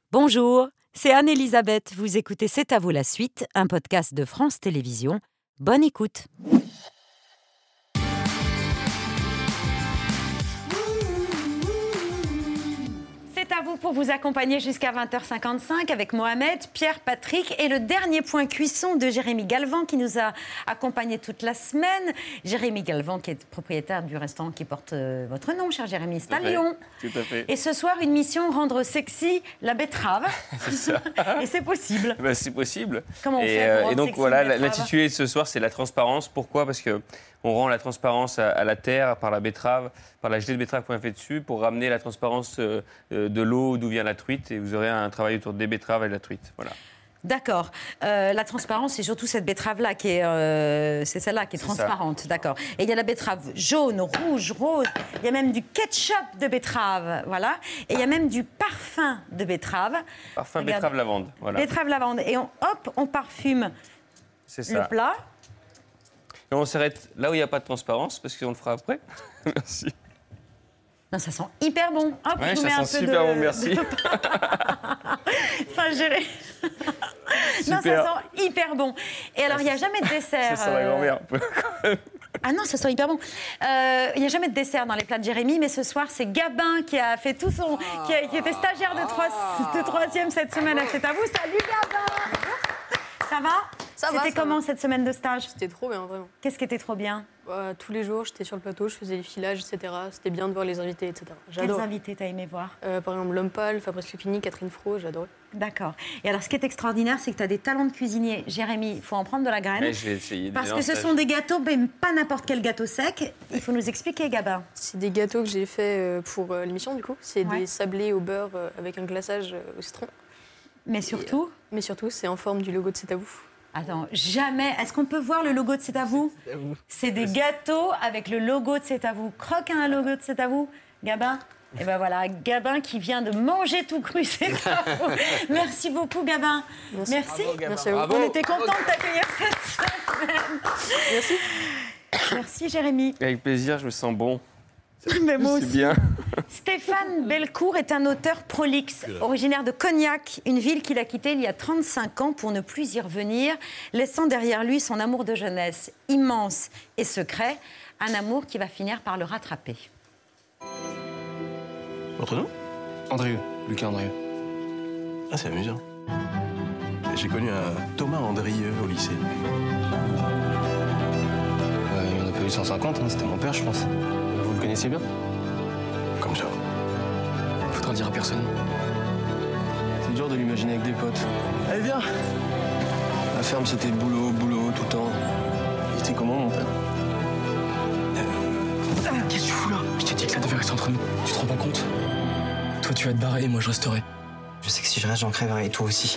Bonjour, c'est Anne-Elisabeth. Vous écoutez C'est à vous la suite, un podcast de France Télévisions. Bonne écoute. C'est à vous pour vous accompagner jusqu'à 20h55 avec Mohamed, Pierre, Patrick et le dernier point cuisson de Jérémy Galvan qui nous a accompagnés toute la semaine. Jérémy Galvan qui est propriétaire du restaurant qui porte votre nom, cher Jérémy, c'est à Lyon. Tout à fait. Et ce soir, une mission, rendre sexy la betterave. C'est ça. Et c'est possible. Ben, c'est possible. Comment on fait pour rendre donc sexy voilà, une betterave l'intitulé de ce soir, c'est la transparence. Pourquoi ? Parce que on rend la transparence à la terre par la betterave, par la gelée de betterave qu'on a fait dessus, pour ramener la transparence de l'eau d'où vient la truite. Et vous aurez un travail autour des betteraves et de la truite. Voilà. D'accord. La transparence, c'est surtout cette betterave-là qui est, c'est celle-là qui est transparente. D'accord. Et il y a la betterave jaune, rouge, rose. Il y a même du ketchup de betterave, voilà. Et il y a même du parfum de betterave. Parfum betterave lavande, voilà. Betterave lavande. Et on parfume le plat. Et on s'arrête là où il n'y a pas de transparence, parce qu'on le fera après. Merci. Non, ça sent hyper bon. Hop, ouais, je vous mets ça un sent peu super bon, merci. Enfin, Jérémy. Non, ça sent hyper bon. Et alors, il n'y a jamais de dessert. Ça sent la grand-mère. Ah non, ça sent hyper bon. Il n'y a jamais de dessert dans les plats de Jérémy, mais ce soir, c'est Gabin qui a fait tout son... qui était stagiaire de troisième cette semaine. C'est à vous. Salut Gabin. Ça va ? C'était comment cette semaine de stage ? C'était trop bien, vraiment. Qu'est-ce qui était trop bien ? Tous les jours, j'étais sur le plateau, je faisais les filages, etc. C'était bien de voir les invités, etc. Quels invités t'as aimé voir ? Par exemple, L'Homme Pâle, Fabrice Lucchini, Catherine Fro, j'adorais. D'accord. Et alors, ce qui est extraordinaire, c'est que tu as des talents de cuisinier. Jérémy, il faut en prendre de la graine. Ouais, je vais essayer. Parce que ce sont des gâteaux, mais pas n'importe quel gâteau sec. Il faut nous expliquer, Gabin. C'est des gâteaux que j'ai faits pour l'émission, du coup. C'est des sablés au beurre avec un glaçage au citron. Mais surtout c'est en forme du logo de C'est à vous. Attends, jamais. Est-ce qu'on peut voir le logo de C'est à vous ? C'est des gâteaux avec le logo de C'est à vous. Croque un logo de C'est à vous, Gabin ? Et ben voilà, Gabin qui vient de manger tout cru, C'est à vous. Merci beaucoup, Gabin. Merci. Bravo, Merci à vous. On était contents de t'accueillir cette semaine. Merci. Merci, Jérémy. Avec plaisir, je me sens bon. Mais moi aussi. C'est bien. Stéphane Bellecour est un auteur prolixe, originaire de Cognac, une ville qu'il a quittée il y a 35 ans pour ne plus y revenir, laissant derrière lui son amour de jeunesse immense et secret, un amour qui va finir par le rattraper. Votre nom ? Andrieux, Lucas Andrieux. Ah, c'est amusant. J'ai connu un Thomas Andrieux au lycée. Il n'y en a pas eu 150, c'était mon père, je pense. Vous le connaissez bien ? Comme ça. Faudra le dire à personne. C'est dur de l'imaginer avec des potes. Allez, viens ! La ferme, c'était boulot, tout le temps. Il était comment, mon père ? Qu'est-ce que tu fous là ? Je t'ai dit que ça devait rester entre nous. Tu te rends pas compte ? Toi, tu vas te barrer et moi, je resterai. Je sais que si je reste, j'en crèverai, et toi aussi.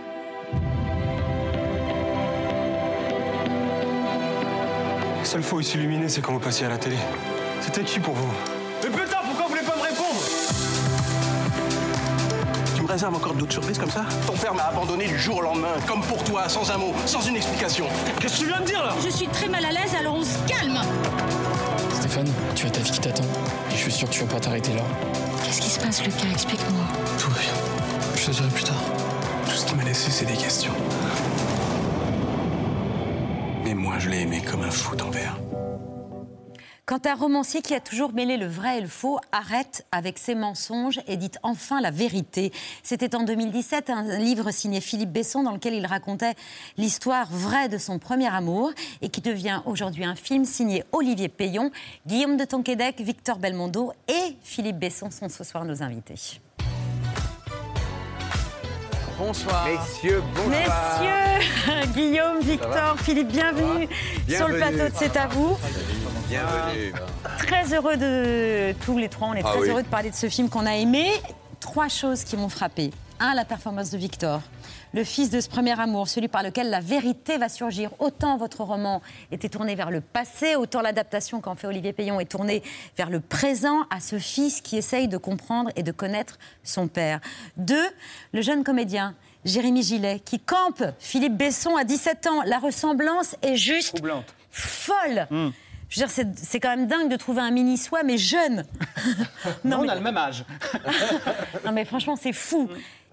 Le seul faux illuminé, c'est quand vous passiez à la télé. C'était qui pour vous ? Mais putain, pourquoi vous voulez pas me répondre ? Tu me réserves encore d'autres surprises comme ça ? Ton père m'a abandonné du jour au lendemain, comme pour toi, sans un mot, sans une explication. Qu'est-ce que tu viens de dire là ? Je suis très mal à l'aise, alors on se calme. Stéphane, tu as ta vie qui t'attend. Et je suis sûr que tu vas pas t'arrêter là. Qu'est-ce qui se passe, Lucas ? Explique-moi. Tout va bien. Je te dirai plus tard. Tout ce qui m'a laissé, c'est des questions. Mais moi, je l'ai aimé comme un fou, ton père. Quand un romancier qui a toujours mêlé le vrai et le faux arrête avec ses mensonges et dit enfin la vérité. C'était en 2017, un livre signé Philippe Besson dans lequel il racontait l'histoire vraie de son premier amour et qui devient aujourd'hui un film signé Olivier Payon, Guillaume de Tonquédec, Victor Belmondo et Philippe Besson sont ce soir nos invités. Bonsoir. Messieurs, bonsoir. Messieurs, Guillaume, Victor, Philippe, bienvenue sur le plateau de C'est à vous. Bienvenue. Très heureux de tous les trois, on est très heureux de parler de ce film qu'on a aimé. 3 choses qui m'ont frappé. 1, la performance de Victor. Le fils de ce premier amour, celui par lequel la vérité va surgir. Autant votre roman était tourné vers le passé, autant l'adaptation qu'en fait Olivier Payon est tournée vers le présent, à ce fils qui essaye de comprendre et de connaître son père. 2, le jeune comédien Jérémy Gillet, qui campe Philippe Besson à 17 ans. La ressemblance est juste troublante, folle. Je veux dire, c'est quand même dingue de trouver un mini-soi, mais jeune. Non, on a le même âge. Non, mais franchement, c'est fou.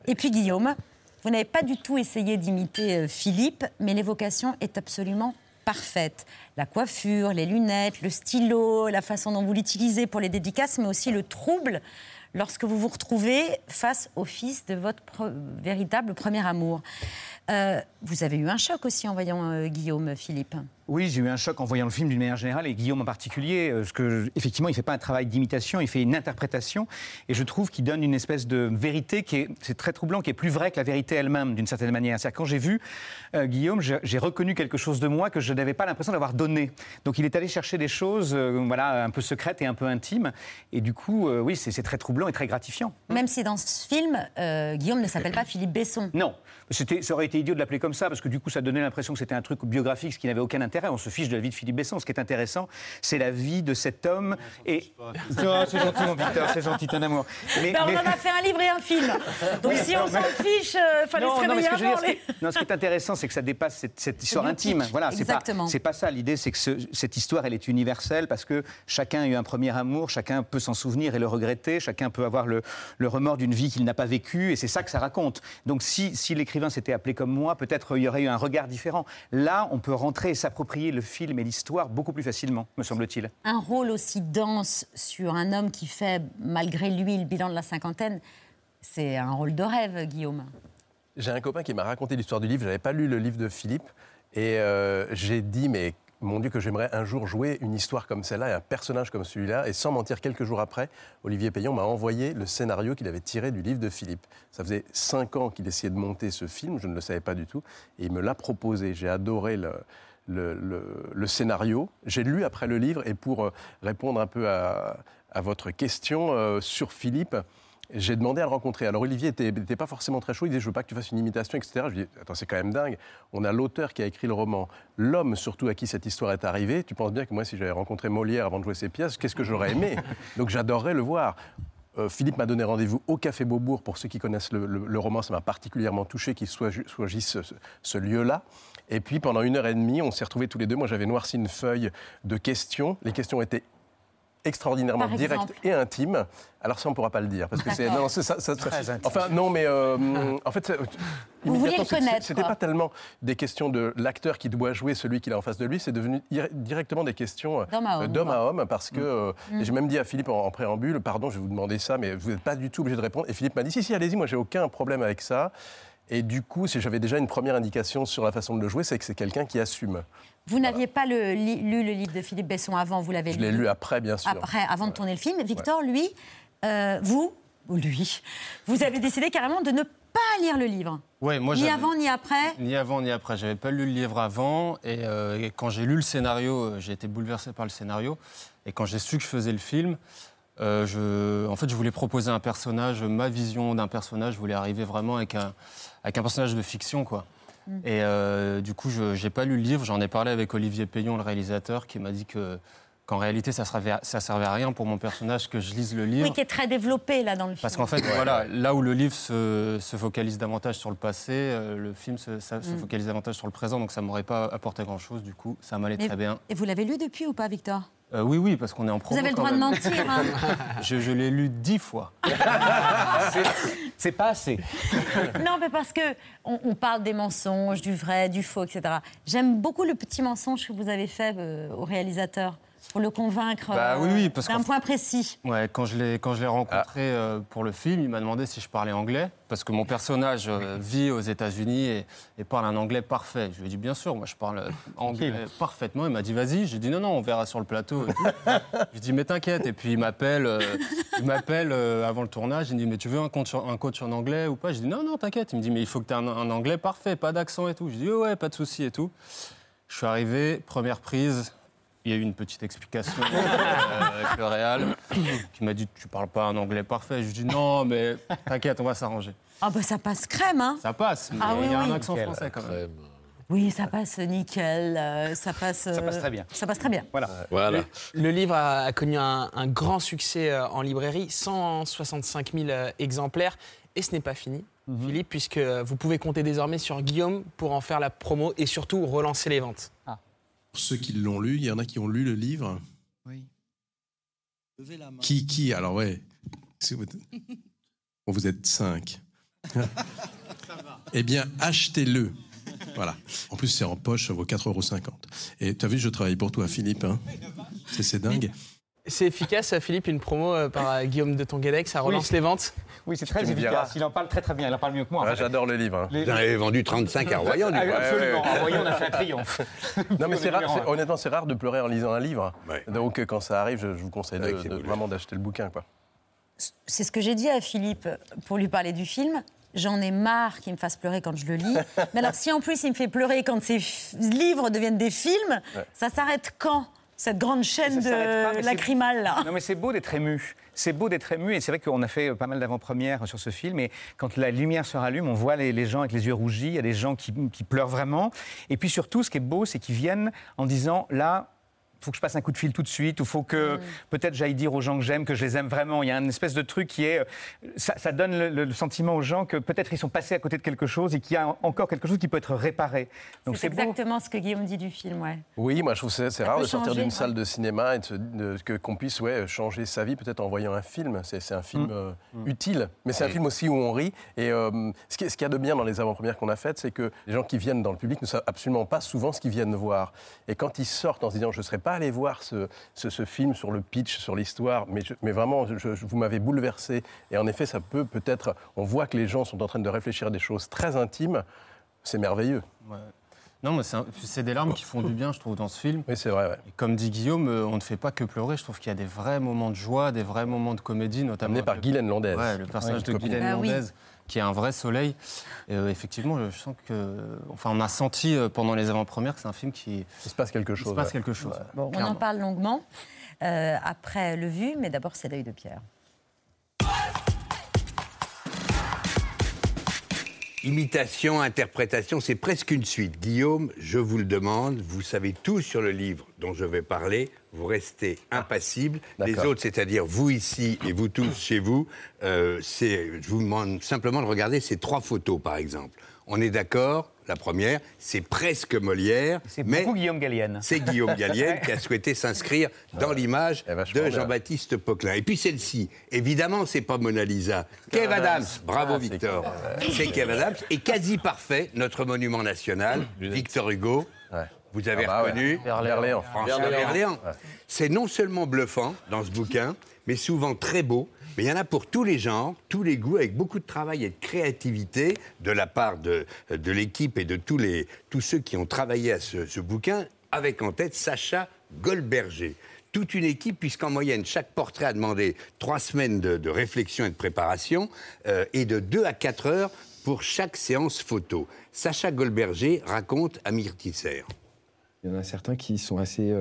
Et puis Guillaume, vous n'avez pas du tout essayé d'imiter Philippe, mais l'évocation est absolument parfaite. La coiffure, les lunettes, le stylo, la façon dont vous l'utilisez pour les dédicaces, mais aussi le trouble lorsque vous vous retrouvez face au fils de votre véritable premier amour. Vous avez eu un choc aussi en voyant Guillaume, Philippe. Oui, j'ai eu un choc en voyant le film d'une manière générale, et Guillaume en particulier, parce qu'effectivement, il ne fait pas un travail d'imitation, il fait une interprétation, et je trouve qu'il donne une espèce de vérité c'est très troublant, qui est plus vraie que la vérité elle-même, d'une certaine manière. C'est-à-dire, quand j'ai vu Guillaume, j'ai reconnu quelque chose de moi que je n'avais pas l'impression d'avoir donné. Donc il est allé chercher des choses un peu secrètes et un peu intimes, et du coup, oui, c'est très troublant et très gratifiant. Même si dans ce film, Guillaume ne s'appelle pas Philippe Besson. Non, ça aurait été idiot de l'appeler comme ça, parce que du coup, ça donnait l'impression que c'était un truc biographique, ce qui n'avait aucun intérêt. On se fiche de la vie de Philippe Besson. Ce qui est intéressant, c'est la vie de cet homme. Et c'est gentil, mon Victor, c'est gentil, t'es un amour. On en a fait un livre et un film. Donc si on s'en fiche, fallait se réveiller avant. Ce qui est intéressant, c'est que ça dépasse cette histoire intime. Voilà, c'est pas ça. L'idée, c'est que cette histoire, elle est universelle, parce que chacun a eu un premier amour, chacun peut s'en souvenir et le regretter, chacun peut avoir le remords d'une vie qu'il n'a pas vécue, et c'est ça que ça raconte. Donc si l'écrivain s'était appelé comme moi, peut-être il y aurait eu un regard différent. Là, on peut rentrer et s'approprier le film et l'histoire beaucoup plus facilement, me semble-t-il. Un rôle aussi dense sur un homme qui fait, malgré lui, le bilan de la cinquantaine, c'est un rôle de rêve, Guillaume. J'ai un copain qui m'a raconté l'histoire du livre. Je n'avais pas lu le livre de Philippe. Et j'ai dit, mais mon Dieu, que j'aimerais un jour jouer une histoire comme celle-là et un personnage comme celui-là. Et sans mentir, quelques jours après, Olivier Payon m'a envoyé le scénario qu'il avait tiré du livre de Philippe. Ça faisait 5 ans qu'il essayait de monter ce film, je ne le savais pas du tout. Et il me l'a proposé. J'ai adoré le scénario. J'ai lu après le livre, et pour répondre un peu à votre question sur Philippe, j'ai demandé à le rencontrer. Alors Olivier n'était pas forcément très chaud, il disait « je veux pas que tu fasses une imitation, etc. » Je lui ai dit « attends, c'est quand même dingue, on a l'auteur qui a écrit le roman, l'homme surtout à qui cette histoire est arrivée, tu penses bien que moi, si j'avais rencontré Molière avant de jouer ses pièces, qu'est-ce que j'aurais aimé ?» Donc j'adorerais le voir. Philippe m'a donné rendez-vous au Café Beaubourg. Pour ceux qui connaissent le roman, ça m'a particulièrement touché qu'il choisisse ce lieu-là. Et puis, pendant 1h30, on s'est retrouvés tous les deux. Moi, j'avais noirci une feuille de questions. Les questions étaient extraordinairement directes et intimes. Alors ça, on ne pourra pas le dire, parce que c'est... Non, c'est ça, très intime. Enfin, non, mais en fait... Vous vouliez le connaître, c'était pas tellement des questions de l'acteur qui doit jouer celui qu'il a en face de lui, c'est devenu directement des questions d'homme à homme, parce que... et j'ai même dit à Philippe en préambule, pardon, je vais vous demander ça, mais vous n'êtes pas du tout obligé de répondre. Et Philippe m'a dit, si, allez-y, moi, j'ai aucun problème avec ça. Et du coup, si j'avais déjà une première indication sur la façon de le jouer, c'est que c'est quelqu'un qui assume. Vous n'aviez pas lu le livre de Philippe Besson avant, vous l'avez lu? Je l'ai lu après, bien sûr. Avant de tourner le film. Victor, lui, vous avez décidé carrément de ne pas lire le livre. Ouais, moi, ni avant, ni après. Ni avant, ni après. J'avais pas lu le livre avant. Et quand j'ai lu le scénario, j'ai été bouleversé par le scénario. Et quand j'ai su que je faisais le film... je voulais proposer un personnage, ma vision d'un personnage, je voulais arriver vraiment avec un personnage de fiction, quoi. Et du coup, je n'ai pas lu le livre, j'en ai parlé avec Olivier Payon, le réalisateur, qui m'a dit qu'en réalité, ça servait à rien pour mon personnage que je lise le livre. Oui, qui est très développé, là, dans le film. Parce qu'en fait, voilà, là où le livre se focalise davantage sur le passé, le film se focalise davantage sur le présent, donc ça ne m'aurait pas apporté grand-chose, du coup, ça m'allait très bien. Et vous l'avez lu depuis ou pas, Victor ? Oui, parce qu'on est en promo. Vous avez le droit de mentir, hein. Je l'ai lu 10 fois. C'est pas assez. Non, mais parce qu'on parle des mensonges, du vrai, du faux, etc. J'aime beaucoup le petit mensonge que vous avez fait au réalisateur pour le convaincre d'un point précis. Ouais, quand je l'ai rencontré pour le film, il m'a demandé si je parlais anglais, parce que mon personnage vit aux États-Unis et parle un anglais parfait. Je lui ai dit bien sûr, moi je parle anglais parfaitement. Il m'a dit vas-y. J'ai dit non, on verra sur le plateau. Je lui ai dit mais t'inquiète. Et puis il m'appelle avant le tournage. Il me dit mais tu veux un coach en anglais ou pas? Je dis non, t'inquiète. Il me dit mais il faut que tu aies un anglais parfait, pas d'accent et tout. Je dis ouais, pas de souci et tout. Je suis arrivé, première prise. Il y a eu une petite explication avec le réal qui m'a dit « tu parles pas un anglais parfait ». Je lui ai dit « non, mais t'inquiète, on va s'arranger ». Ah bah ça passe crème, hein. Ça passe, mais il y a un accent français quand même. Oui, ça passe nickel, ça passe très bien. Ça passe très bien. Voilà. Le livre a connu un grand succès en librairie, 165 000 exemplaires. Et ce n'est pas fini, Philippe, puisque vous pouvez compter désormais sur Guillaume pour en faire la promo et surtout relancer les ventes. Pour ceux qui l'ont lu, il y en a qui ont lu le livre. Oui. Levez la main. Qui alors ouais. Bon, vous êtes 5. Eh bien, achetez-le. Voilà. En plus, c'est en poche, ça vaut 4,50 €. Et tu as vu, je travaille pour toi, Philippe. Hein, c'est dingue. C'est efficace, Philippe, une promo par Guillaume de Tonguédec, ça relance les ventes. Oui, c'est très efficace. Il en parle très très bien, il en parle mieux que moi. Ouais, j'adore le livre. Hein. Vous en avez vendu 35 à Royan, du coup. Absolument, à Royan, on a fait un triomphe. Non, mais c'est rare, honnêtement, c'est rare de pleurer en lisant un livre. Ouais. Donc, quand ça arrive, je vous conseille vraiment d'acheter le bouquin, quoi. C'est ce que j'ai dit à Philippe pour lui parler du film. J'en ai marre qu'il me fasse pleurer quand je le lis. Mais alors, si en plus il me fait pleurer quand ces livres deviennent des films, ça s'arrête quand ? Cette grande chaîne de lacrymale, là. Non, mais c'est beau d'être ému. C'est beau d'être ému. Et c'est vrai qu'on a fait pas mal d'avant-premières sur ce film. Et quand la lumière se rallume, on voit les gens avec les yeux rougis. Il y a des gens qui pleurent vraiment. Et puis surtout, ce qui est beau, c'est qu'ils viennent en disant, là, il faut que je passe un coup de fil tout de suite, ou il faut que peut-être j'aille dire aux gens que j'aime, que je les aime vraiment. Il y a une espèce de truc qui est... Ça donne le sentiment aux gens que peut-être ils sont passés à côté de quelque chose et qu'il y a encore quelque chose qui peut être réparé. Donc c'est exactement ce que Guillaume dit du film, ouais. Oui, moi je trouve que c'est rare de sortir d'une salle de cinéma et qu'on puisse changer sa vie peut-être en voyant un film. C'est un film utile, mais c'est un film aussi où on rit. Et ce qu'il y a de bien dans les avant-premières qu'on a faites, c'est que les gens qui viennent dans le public ne savent absolument pas souvent ce qu'ils viennent voir. Et quand ils sortent en se disant « je ne serais pas aller voir ce film sur le pitch, sur l'histoire, mais vraiment, vous m'avez bouleversé. » Et en effet, ça peut-être... On voit que les gens sont en train de réfléchir à des choses très intimes. C'est merveilleux. Ouais. Non, mais c'est des larmes qui font du bien, je trouve, dans ce film. Oui, c'est vrai. Ouais. Et comme dit Guillaume, on ne fait pas que pleurer. Je trouve qu'il y a des vrais moments de joie, des vrais moments de comédie, notamment... Amené par Guylaine Landès. Ouais, le personnage de Guylaine Landès, qui est un vrai soleil. Et effectivement, je sens que... Enfin, on a senti pendant les avant-premières que c'est un film qui... Il se passe quelque chose. Il se passe quelque chose. Bon, on en parle longuement après le vu, mais d'abord, c'est l'œil de Pierre. Imitation, interprétation, c'est presque une suite. Guillaume, je vous le demande, vous savez tout sur le livre dont je vais parler, vous restez impassible. Les autres, c'est-à-dire vous ici et vous tous chez vous, je vous demande simplement de regarder ces 3 photos, par exemple. On est d'accord, la première, c'est presque Molière. C'est beaucoup Guillaume Gallienne. C'est Guillaume Gallienne qui a souhaité s'inscrire dans l'image de Jean-Baptiste Poquelin. Et puis celle-ci, évidemment, c'est pas Mona Lisa. Kev Adams, bravo Victor. C'est Kev Adams. Et quasi parfait, notre monument national, Victor Hugo. Vous avez reconnu Berléand. François Berléand. C'est non seulement bluffant dans ce bouquin, mais souvent très beau. Mais il y en a pour tous les genres, tous les goûts, avec beaucoup de travail et de créativité de la part de l'équipe et de tous ceux qui ont travaillé à ce bouquin, avec en tête Sacha Goldberger. Toute une équipe, puisqu'en moyenne, chaque portrait a demandé 3 semaines de réflexion et de préparation, et de 2 à 4 heures pour chaque séance photo. Sacha Goldberger raconte à Myrtisser. Il y en a certains qui sont assez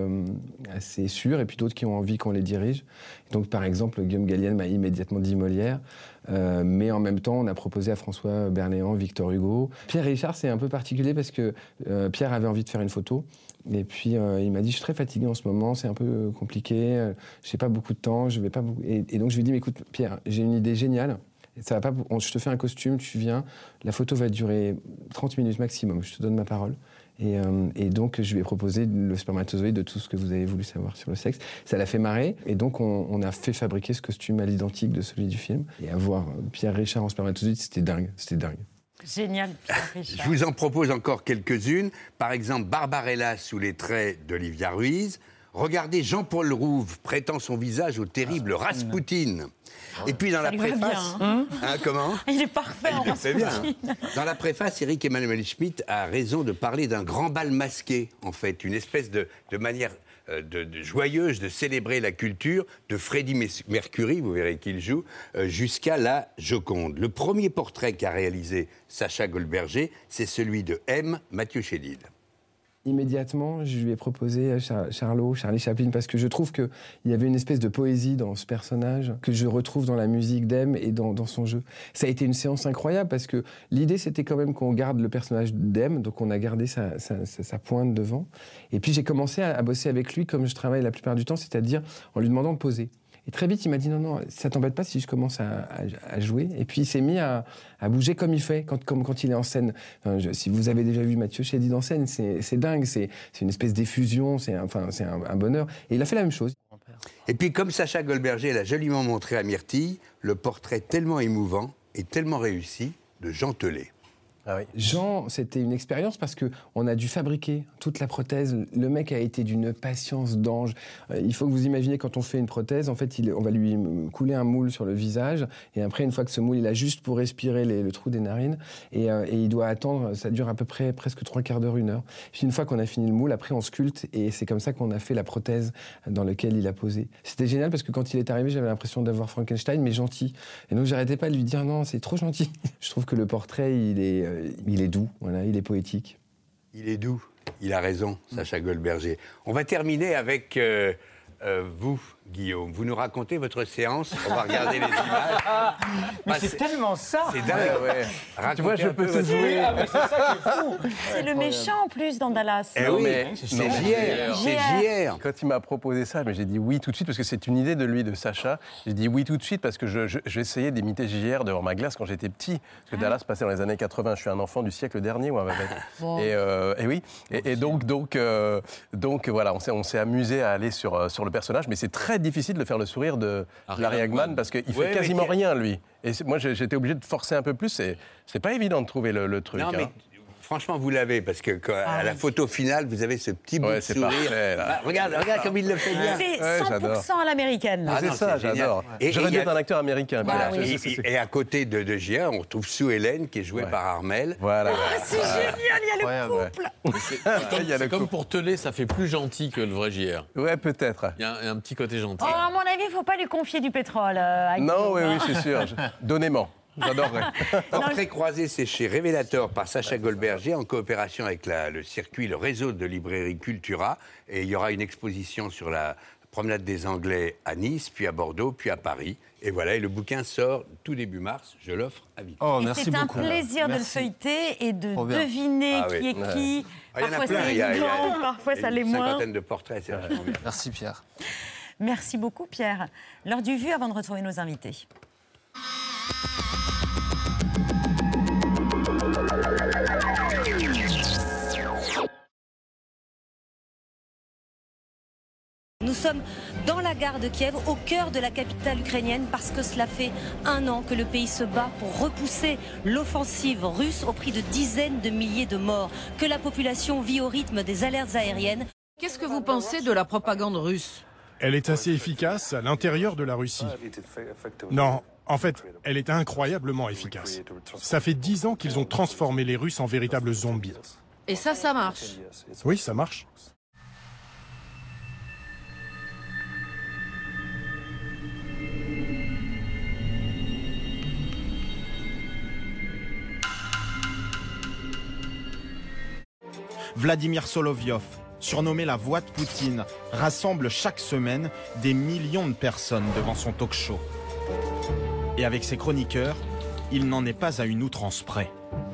sûrs et puis d'autres qui ont envie qu'on les dirige. Donc, par exemple, Guillaume Gallienne m'a immédiatement dit Molière. Mais en même temps, on a proposé à François Berléand, Victor Hugo. Pierre Richard, c'est un peu particulier parce que Pierre avait envie de faire une photo. Et puis, il m'a dit, je suis très fatigué en ce moment, c'est un peu compliqué, j'ai pas beaucoup de temps, je vais pas beaucoup... Et donc, je lui ai dit, mais écoute, Pierre, j'ai une idée géniale. Ça va pas, je te fais un costume, tu viens, la photo va durer 30 minutes maximum, je te donne ma parole. Et donc, je lui ai proposé le spermatozoïde de tout ce que vous avez voulu savoir sur le sexe. Ça l'a fait marrer. Et donc, on a fait fabriquer ce costume à l'identique de celui du film. Et avoir Pierre Richard en spermatozoïde, c'était dingue. C'était dingue. Génial, Pierre Richard. Je vous en propose encore quelques-unes. Par exemple, Barbarella sous les traits d'Olivia Ruiz. Regardez Jean-Paul Rouve prêtant son visage au terrible Raspoutine. Et puis dans la préface... comment ? Il est parfait en Raspoutine. Dans la préface, Éric Emmanuel Schmitt a raison de parler d'un grand bal masqué, en fait. Une espèce de manière de joyeuse de célébrer la culture de Freddie Mercury, vous verrez qu'il joue, jusqu'à la Joconde. Le premier portrait qu'a réalisé Sacha Goldberger, c'est celui de M. Mathieu Chédid. Immédiatement, je lui ai proposé Charlie Chaplin, parce que je trouve qu'il y avait une espèce de poésie dans ce personnage que je retrouve dans la musique d'M et dans son jeu. Ça a été une séance incroyable, parce que l'idée, c'était quand même qu'on garde le personnage d'M, donc on a gardé sa pointe devant. Et puis j'ai commencé à bosser avec lui comme je travaille la plupart du temps, c'est-à-dire en lui demandant de poser. Et très vite, il m'a dit non, ça t'embête pas si je commence à jouer. Et puis il s'est mis à bouger comme il fait quand il est en scène. Enfin, si vous avez déjà vu Mathieu Chédid en scène, c'est dingue, c'est une espèce d'effusion, c'est un bonheur. Et il a fait la même chose. Et puis comme Sacha Goldberger l'a joliment montré à Myrtille, le portrait tellement émouvant et tellement réussi de Jean Telet. Ah oui. Jean, c'était une expérience parce qu'on a dû fabriquer toute la prothèse. Le mec a été d'une patience d'ange. Il faut que vous imaginez, quand on fait une prothèse, en fait, on va lui couler un moule sur le visage. Et après, une fois que ce moule, il a juste pour respirer le trou des narines. Et il doit attendre, ça dure à peu près presque 3/4 d'heure, 1 heure. Puis une fois qu'on a fini le moule, après, on sculpte. Et c'est comme ça qu'on a fait la prothèse dans laquelle il a posé. C'était génial parce que quand il est arrivé, j'avais l'impression d'avoir Frankenstein, mais gentil. Et donc, j'arrêtais pas de lui dire non, c'est trop gentil. Je trouve que le portrait, il est doux, voilà, il est poétique. Il est doux, il a raison, Sacha Goldberger. On va terminer avec vous, Guillaume. Vous nous racontez votre séance, on va regarder les images. Mais c'est tellement ça. C'est dingue. Ouais. Tu vois, je peux te jouer. jouer. Ah, mais c'est ça qui est fou. C'est le méchant en plus dans Dallas. Eh oui, c'est JR. C'est JR. Quand il m'a proposé ça, j'ai dit oui tout de suite parce que c'est une idée de lui, de Sacha. J'ai dit oui tout de suite parce que j'essayais d'imiter JR devant ma glace quand j'étais petit. Parce que Dallas passait dans les années 80. Je suis un enfant du siècle dernier, moi. Bon. Et oui. Et donc voilà, on s'est amusé à aller sur le personnage, mais c'est très difficile de faire le sourire de Larry Hagman parce qu'il fait quasiment rien, lui. Et moi, j'étais obligé de forcer un peu plus. C'est pas évident de trouver le truc. Non, mais franchement, vous l'avez, parce que à la photo finale, vous avez ce petit bout de sourire. Parfait, là. Regarde comme il le fait bien. C'est 100% à l'américaine. Ah, c'est ça, j'adore. J'aurais dû être un acteur américain. Et à côté de JR, on retrouve Sue Ellen, qui est jouée par Armel. Voilà. C'est génial, il y a le couple. C'est comme pour Telet, ça fait plus gentil que le vrai JR. Ouais, peut-être. Il y a un petit côté gentil. À mon avis, il ne faut pas lui confier du pétrole. Non, oui, c'est sûr. Donnez-moi. J'adorerais. Portrait croisé, c'est chez Révélateur par Sacha Goldberger en coopération avec le circuit, le réseau de librairie Cultura. Et il y aura une exposition sur la promenade des Anglais à Nice, puis à Bordeaux, puis à Paris. Et voilà, et le bouquin sort tout début mars. Je l'offre à Victor. Oh, merci beaucoup. C'est un plaisir de le feuilleter et de deviner qui est qui. Parfois c'est évident, parfois ça l'est moins. Une 50aine de portraits, c'est vachement bien. Merci Pierre. Merci beaucoup Pierre. L'heure du vu avant de retrouver nos invités. Nous sommes dans la gare de Kiev, au cœur de la capitale ukrainienne, parce que cela fait 1 an que le pays se bat pour repousser l'offensive russe au prix de dizaines de milliers de morts, que la population vit au rythme des alertes aériennes. Qu'est-ce que vous pensez de la propagande russe ? Elle est assez efficace à l'intérieur de la Russie. Non, en fait, elle est incroyablement efficace. Ça fait 10 ans qu'ils ont transformé les Russes en véritables zombies. Et ça marche ? Oui, ça marche. Vladimir Solovyov, surnommé la voix de Poutine, rassemble chaque semaine des millions de personnes devant son talk-show. Et avec ses chroniqueurs, il n'en est pas à une outrance près.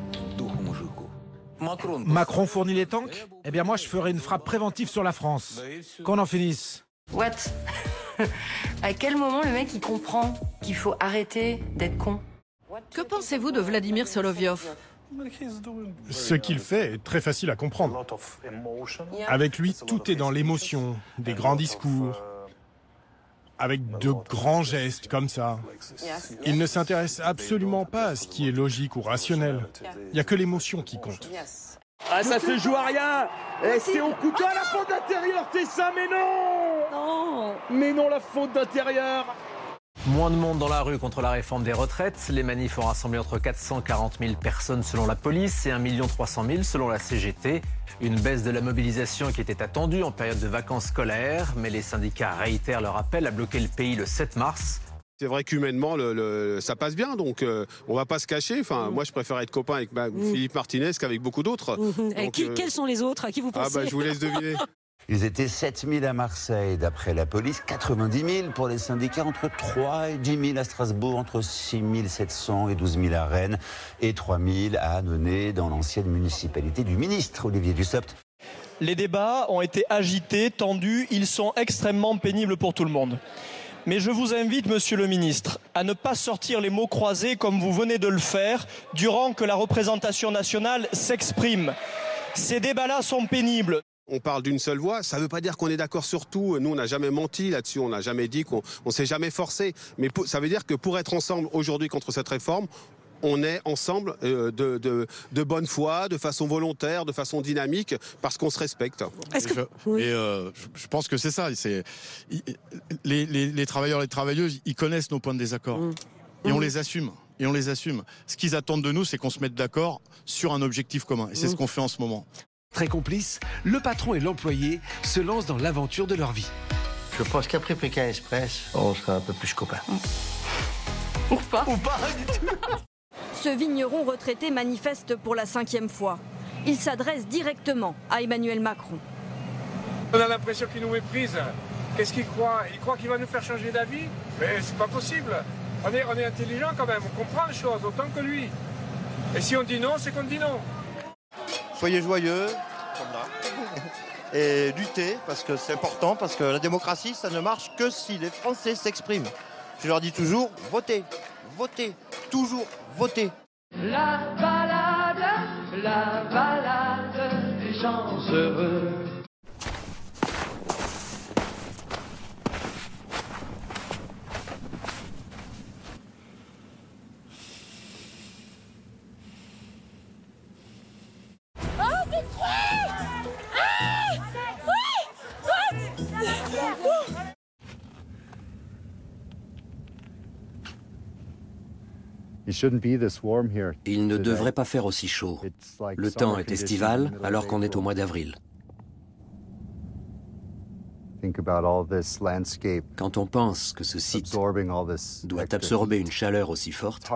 Macron fournit les tanks ? Eh bien moi je ferai une frappe préventive sur la France. Qu'on en finisse. What ? À quel moment le mec il comprend qu'il faut arrêter d'être con ? Que pensez-vous de Vladimir Solovyov ? Ce qu'il fait est très facile à comprendre. Avec lui, tout est dans l'émotion, des grands discours, avec de grands gestes comme ça. Il ne s'intéresse absolument pas à ce qui est logique ou rationnel. Il n'y a que l'émotion qui compte. Ah, ça se joue à rien. C'est au couteau à la faute d'intérieur, c'est ça, mais non. Non. Mais non, la faute d'intérieur. Moins de monde dans la rue contre la réforme des retraites. Les manifs ont rassemblé entre 440 000 personnes selon la police et 1 300 000 selon la CGT. Une baisse de la mobilisation qui était attendue en période de vacances scolaires. Mais les syndicats réitèrent leur appel à bloquer le pays le 7 mars. C'est vrai qu'humainement, ça passe bien, donc on va pas se cacher. Enfin, moi, je préfère être copain avec Philippe Martinez qu'avec beaucoup d'autres. Quels sont les autres à qui vous pensez ? Je vous laisse deviner. Ils étaient 7 000 à Marseille, d'après la police, 90 000 pour les syndicats, entre 3 et 10 000 à Strasbourg, entre 6 700 et 12 000 à Rennes, et 3 000 à Annonay, dans l'ancienne municipalité du ministre Olivier Dussopt. Les débats ont été agités, tendus, ils sont extrêmement pénibles pour tout le monde. Mais je vous invite, monsieur le ministre, à ne pas sortir les mots croisés comme vous venez de le faire, durant que la représentation nationale s'exprime. Ces débats-là sont pénibles. On parle d'une seule voix, ça ne veut pas dire qu'on est d'accord sur tout. Nous, on n'a jamais menti là-dessus, on n'a jamais dit qu'on ne s'est jamais forcé. Mais ça veut dire que pour être ensemble aujourd'hui contre cette réforme, on est ensemble de bonne foi, de façon volontaire, de façon dynamique, parce qu'on se respecte. Je pense que c'est ça. Les travailleurs et les travailleuses, ils connaissent nos points de désaccord. Et on les assume. Ce qu'ils attendent de nous, c'est qu'on se mette d'accord sur un objectif commun. Et c'est ce qu'on fait en ce moment. Très complices, le patron et l'employé se lancent dans l'aventure de leur vie. Je pense qu'après Pékin Express, on sera un peu plus copains. Ou pas du tout. Ce vigneron retraité manifeste pour la 5e fois. Il s'adresse directement à Emmanuel Macron. On a l'impression qu'il nous méprise. Qu'est-ce qu'il croit? Il croit qu'il va nous faire changer d'avis? Mais c'est pas possible. On est intelligent quand même, on comprend les choses autant que lui. Et si on dit non, c'est qu'on dit non. Soyez joyeux, comme là. Et luttez, parce que c'est important, parce que la démocratie, ça ne marche que si les Français s'expriment. Je leur dis toujours, votez, votez, toujours votez. La balade des gens heureux. Il ne devrait pas faire aussi chaud. Le temps est estival alors qu'on est au mois d'avril. Quand on pense que ce site doit absorber une chaleur aussi forte,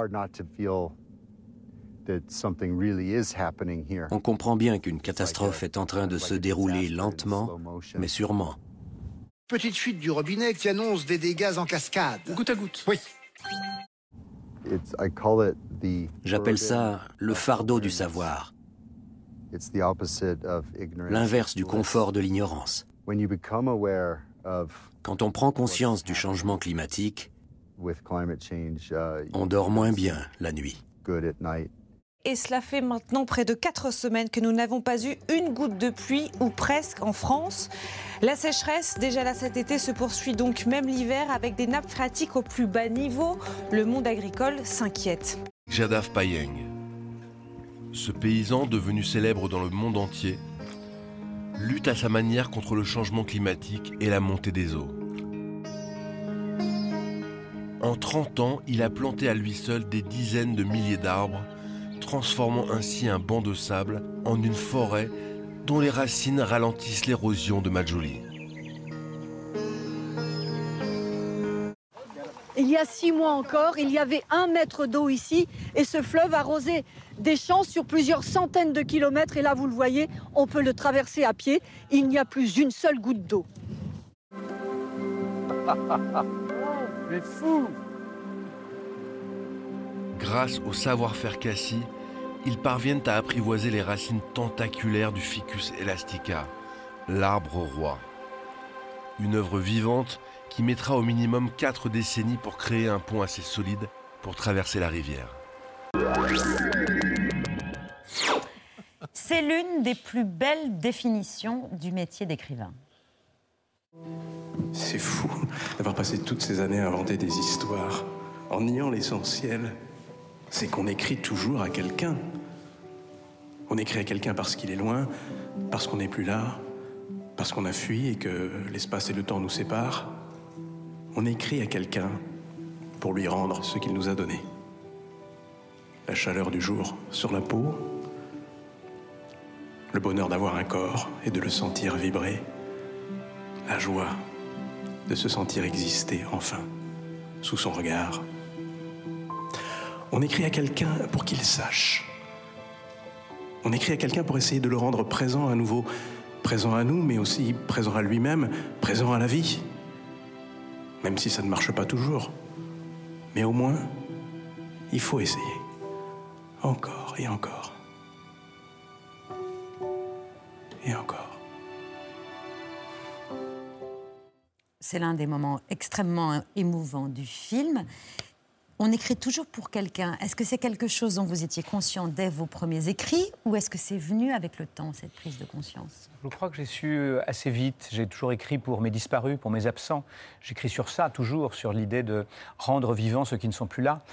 on comprend bien qu'une catastrophe est en train de se dérouler lentement, mais sûrement. Petite fuite du robinet qui annonce des dégâts en cascade. Goutte à goutte. Oui. J'appelle ça le fardeau du savoir, l'inverse du confort de l'ignorance. Quand on prend conscience du changement climatique, on dort moins bien la nuit. Et cela fait maintenant près de 4 semaines que nous n'avons pas eu une goutte de pluie, ou presque, en France. La sécheresse, déjà là cet été, se poursuit donc même l'hiver avec des nappes phréatiques au plus bas niveau. Le monde agricole s'inquiète. Jadav Payeng, ce paysan devenu célèbre dans le monde entier, lutte à sa manière contre le changement climatique et la montée des eaux. En 30 ans, il a planté à lui seul des dizaines de milliers d'arbres, transformant ainsi un banc de sable en une forêt dont les racines ralentissent l'érosion de Majuli. Il y a 6 mois encore, il y avait 1 mètre d'eau ici et ce fleuve arrosait des champs sur plusieurs centaines de kilomètres. Et là, vous le voyez, on peut le traverser à pied. Il n'y a plus une seule goutte d'eau. Mais fou! Grâce au savoir-faire Cassis, ils parviennent à apprivoiser les racines tentaculaires du Ficus elastica, l'arbre roi. Une œuvre vivante qui mettra au minimum 4 décennies pour créer un pont assez solide pour traverser la rivière. C'est l'une des plus belles définitions du métier d'écrivain. C'est fou d'avoir passé toutes ces années à inventer des histoires en niant l'essentiel. C'est qu'on écrit toujours à quelqu'un. On écrit à quelqu'un parce qu'il est loin, parce qu'on n'est plus là, parce qu'on a fui et que l'espace et le temps nous séparent. On écrit à quelqu'un pour lui rendre ce qu'il nous a donné. La chaleur du jour sur la peau, le bonheur d'avoir un corps et de le sentir vibrer, la joie de se sentir exister enfin sous son regard. On écrit à quelqu'un pour qu'il sache. On écrit à quelqu'un pour essayer de le rendre présent à nouveau, présent à nous, mais aussi présent à lui-même, présent à la vie. Même si ça ne marche pas toujours. Mais au moins, il faut essayer. Encore et encore. Et encore. C'est l'un des moments extrêmement émouvants du film. On écrit toujours pour quelqu'un. Est-ce que c'est quelque chose dont vous étiez conscient dès vos premiers écrits ou est-ce que c'est venu avec le temps, cette prise de conscience ? Je crois que j'ai su assez vite. J'ai toujours écrit pour mes disparus, pour mes absents. J'écris sur ça, toujours, sur l'idée de rendre vivants ceux qui ne sont plus là.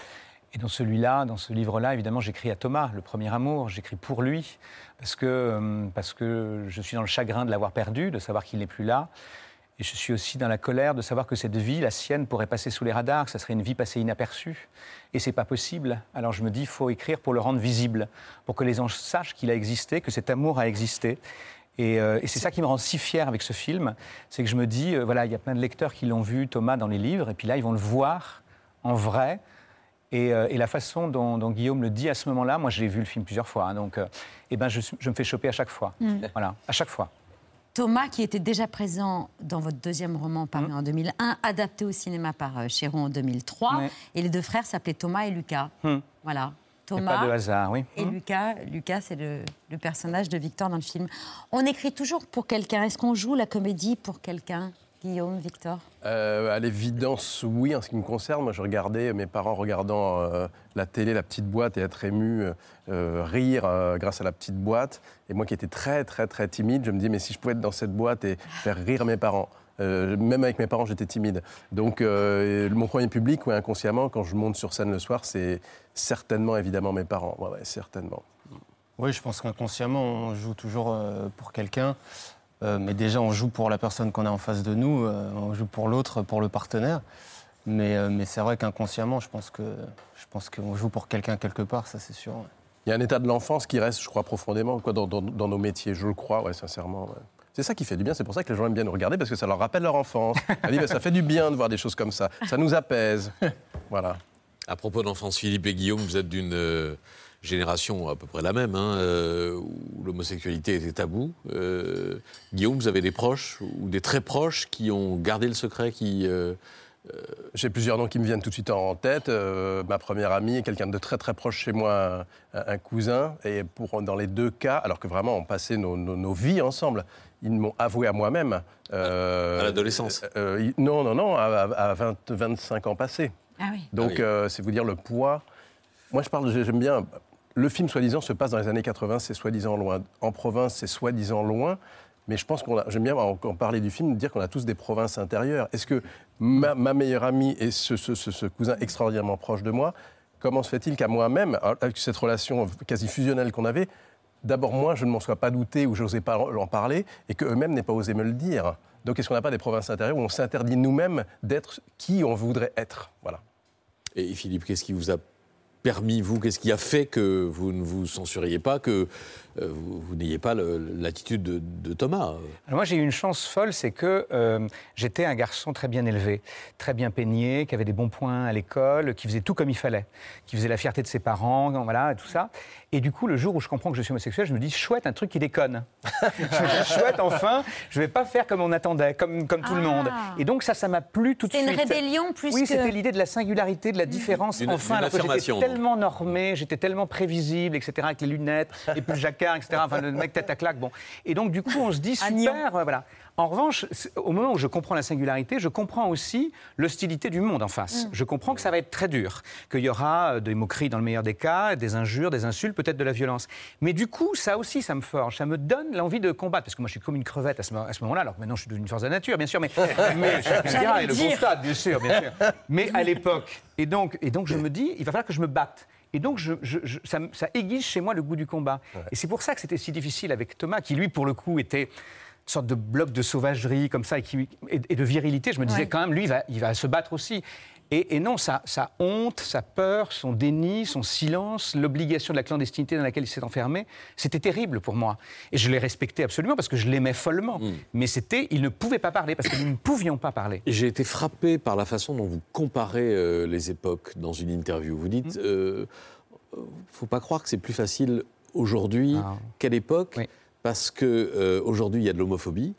Et dans celui-là, dans ce livre-là, évidemment, j'écris à Thomas, le premier amour, j'écris pour lui, parce que je suis dans le chagrin de l'avoir perdu, de savoir qu'il n'est plus là. Et je suis aussi dans la colère de savoir que cette vie, la sienne, pourrait passer sous les radars, que ça serait une vie passée inaperçue. Et c'est pas possible. Alors je me dis, il faut écrire pour le rendre visible, pour que les gens sachent qu'il a existé, que cet amour a existé. Et c'est ça qui me rend si fier avec ce film, c'est que je me dis, voilà, il y a plein de lecteurs qui l'ont vu, Thomas, dans les livres, et puis là, ils vont le voir en vrai. Et la façon dont Guillaume le dit à ce moment-là, moi j'ai vu le film plusieurs fois, hein, donc je me fais choper à chaque fois. Voilà, à chaque fois. Thomas, qui était déjà présent dans votre deuxième roman paru en 2001, adapté au cinéma par Chéron en 2003, et les deux frères s'appelaient Thomas et Lucas. Voilà. Thomas pas de hasard, oui. Et Lucas, c'est le personnage de Victor dans le film. On écrit toujours pour quelqu'un. Est-ce qu'on joue la comédie pour quelqu'un, Guillaume, Victor ? À l'évidence, oui, en ce qui me concerne. Moi, je regardais mes parents regardant la télé, la petite boîte, et être ému, rire grâce à la petite boîte. Et moi qui étais très, très, très timide, je me dis, mais si je pouvais être dans cette boîte et faire rire mes parents. Même avec mes parents, j'étais timide. Donc, mon premier public, inconsciemment, quand je monte sur scène le soir, c'est certainement, évidemment, mes parents. Ouais, certainement. Oui, je pense qu'inconsciemment, on joue toujours pour quelqu'un. Mais déjà, on joue pour la personne qu'on a en face de nous. On joue pour l'autre, pour le partenaire. Mais c'est vrai qu'inconsciemment, je pense qu'on joue pour quelqu'un quelque part, ça c'est sûr. Ouais. Il y a un état de l'enfance qui reste, je crois, profondément dans nos métiers. Je le crois, sincèrement. Ouais. C'est ça qui fait du bien, c'est pour ça que les gens aiment bien nous regarder, parce que ça leur rappelle leur enfance. Ça fait du bien de voir des choses comme ça, ça nous apaise. Voilà. À propos d'enfance, Philippe et Guillaume, vous êtes d'une génération à peu près la même, où l'homosexualité était tabou. Guillaume, vous avez des proches, ou des très proches, qui ont gardé le secret, J'ai plusieurs noms qui me viennent tout de suite en tête. Ma première amie, quelqu'un de très très proche chez moi, un cousin. Et dans les deux cas, alors que vraiment on passait nos vies ensemble, ils m'ont avoué à moi-même. À l'adolescence Non, à 25 ans passés. Ah oui. Donc c'est vous dire le poids. Moi j'aime bien. Le film soi-disant se passe dans les années 80, c'est soi-disant loin. En province, c'est soi-disant loin. Mais je pense j'aime bien en parler du film, dire qu'on a tous des provinces intérieures. Est-ce que ma meilleure amie et ce cousin extraordinairement proche de moi, comment se fait-il qu'à moi-même, avec cette relation quasi fusionnelle qu'on avait, d'abord moi je ne m'en sois pas douté ou je n'osais pas en parler et qu'eux-mêmes n'aient pas osé me le dire. Donc est-ce qu'on n'a pas des provinces intérieures où on s'interdit nous-mêmes d'être qui on voudrait être? Voilà. Et Philippe, qu'est-ce qui vous a permis, qu'est-ce qui a fait que vous ne vous censuriez pas, que vous n'ayez pas l'attitude de Thomas? Alors moi, j'ai eu une chance folle, c'est que j'étais un garçon très bien élevé, très bien peigné, qui avait des bons points à l'école, qui faisait tout comme il fallait, qui faisait la fierté de ses parents, voilà, tout ça. Et du coup, le jour où je comprends que je suis homosexuel, je me dis, chouette, un truc qui déconne. Chouette, enfin, je ne vais pas faire comme on attendait, comme tout le monde. Et donc ça m'a plu tout de suite. C'était une rébellion plus Oui, que... c'était l'idée de la singularité, de la différence. Enfin, alors que j'étais tellement normé, j'étais tellement prévisible, etc., avec les lunettes, et puis le jacquard, etc., enfin, le mec tête à claque, bon. Et donc, du coup, on se dit, super, voilà. En revanche, au moment où je comprends la singularité, je comprends aussi l'hostilité du monde en face. Je comprends que ça va être très dur, qu'il y aura des moqueries dans le meilleur des cas, des injures, des insultes, peut-être de la violence. Mais du coup, ça aussi, ça me forge, ça me donne l'envie de combattre. Parce que moi, je suis comme une crevette à ce moment-là, alors que maintenant, je suis devenu une force de la nature, bien sûr, mais chacun dira, et le constate, bien sûr. Mais à l'époque. Et donc, je me dis, il va falloir que je me batte. Et donc, ça aiguise chez moi le goût du combat. Ouais. Et c'est pour ça que c'était si difficile avec Thomas, qui, lui, pour le coup, était une sorte de bloc de sauvagerie, comme ça, et de virilité. Je me disais, quand même, lui, il va se battre aussi. Et non, sa honte, sa peur, son déni, son silence, l'obligation de la clandestinité dans laquelle il s'est enfermé, c'était terrible pour moi. Et je l'ai respecté absolument parce que je l'aimais follement. Mais il ne pouvait pas parler parce que nous ne pouvions pas parler. J'ai été frappé par la façon dont vous comparez les époques dans une interview. Vous dites, faut pas croire que c'est plus facile aujourd'hui qu'à l'époque, parce que aujourd'hui il y a de l'homophobie.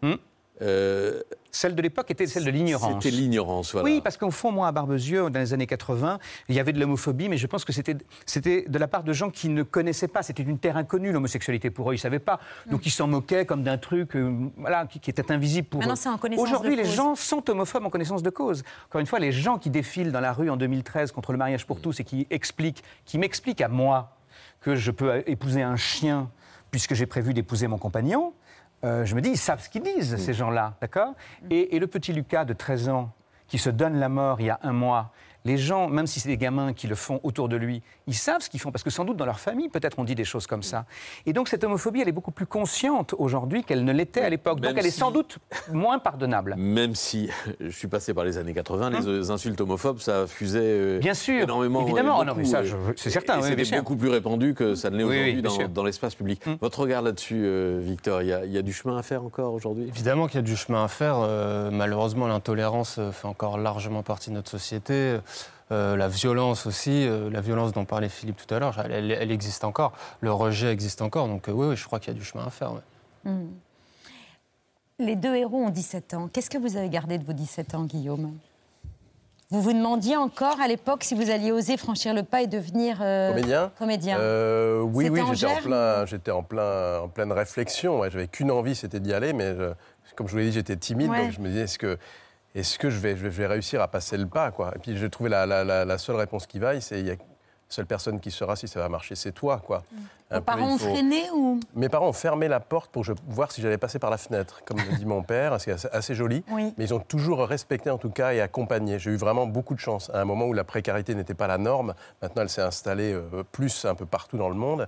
Celle de l'époque était celle de l'ignorance. C'était l'ignorance, voilà. Oui, parce qu'au fond, moi, à Barbezieux, dans les années 80, il y avait de l'homophobie, mais je pense que c'était de la part de gens qui ne connaissaient pas. C'était une terre inconnue, l'homosexualité, pour eux, ils ne savaient pas. Donc, ils s'en moquaient comme d'un truc qui était invisible pour eux. C'est en connaissance Aujourd'hui, de les cause. gens sont homophobes en connaissance de cause. Encore une fois, les gens qui défilent dans la rue en 2013 contre le mariage pour tous et qui m'expliquent à moi que je peux épouser un chien puisque j'ai prévu d'épouser mon compagnon, je me dis, ils savent ce qu'ils disent, ces gens-là, d'accord ? Et le petit Lucas de 13 ans, qui se donne la mort il y a un mois, les gens, même si c'est des gamins qui le font autour de lui, ils savent ce qu'ils font, parce que sans doute dans leur famille, peut-être on dit des choses comme ça. Et donc cette homophobie, elle est beaucoup plus consciente aujourd'hui qu'elle ne l'était à l'époque. Donc elle est sans doute moins pardonnable. Même si je suis passé par les années 80, les insultes homophobes, ça fusait bien sûr, énormément. Évidemment, non, mais ça, c'est certain. Et c'était beaucoup plus répandu que ça ne l'est aujourd'hui dans l'espace public. Mmh. Votre regard là-dessus, Victor, il y a du chemin à faire encore aujourd'hui ? Évidemment qu'il y a du chemin à faire. Malheureusement, l'intolérance fait encore largement partie de notre société. La violence aussi, la violence dont parlait Philippe tout à l'heure, elle existe encore. Le rejet existe encore. Donc oui, je crois qu'il y a du chemin à faire. Ouais. Mmh. Les deux héros ont 17 ans. Qu'est-ce que vous avez gardé de vos 17 ans, Guillaume ? Vous vous demandiez encore à l'époque si vous alliez oser franchir le pas et devenir comédien. Oui, j'étais en pleine réflexion. Ouais, j'avais qu'une envie, c'était d'y aller, mais comme je vous l'ai dit, j'étais timide, donc je me disais est-ce que je vais réussir à passer le pas, quoi. Et puis j'ai trouvé la seule réponse qui vaille, c'est il y a seule personne qui saura si ça va marcher, c'est toi, quoi. Vos parents ont freiné ou... Mes parents ont fermé la porte pour voir si j'allais passer par la fenêtre, comme me dit mon père, c'est assez joli. Oui. Mais ils ont toujours respecté, en tout cas, et accompagné. J'ai eu vraiment beaucoup de chance. À un moment où la précarité n'était pas la norme, maintenant elle s'est installée plus un peu partout dans le monde.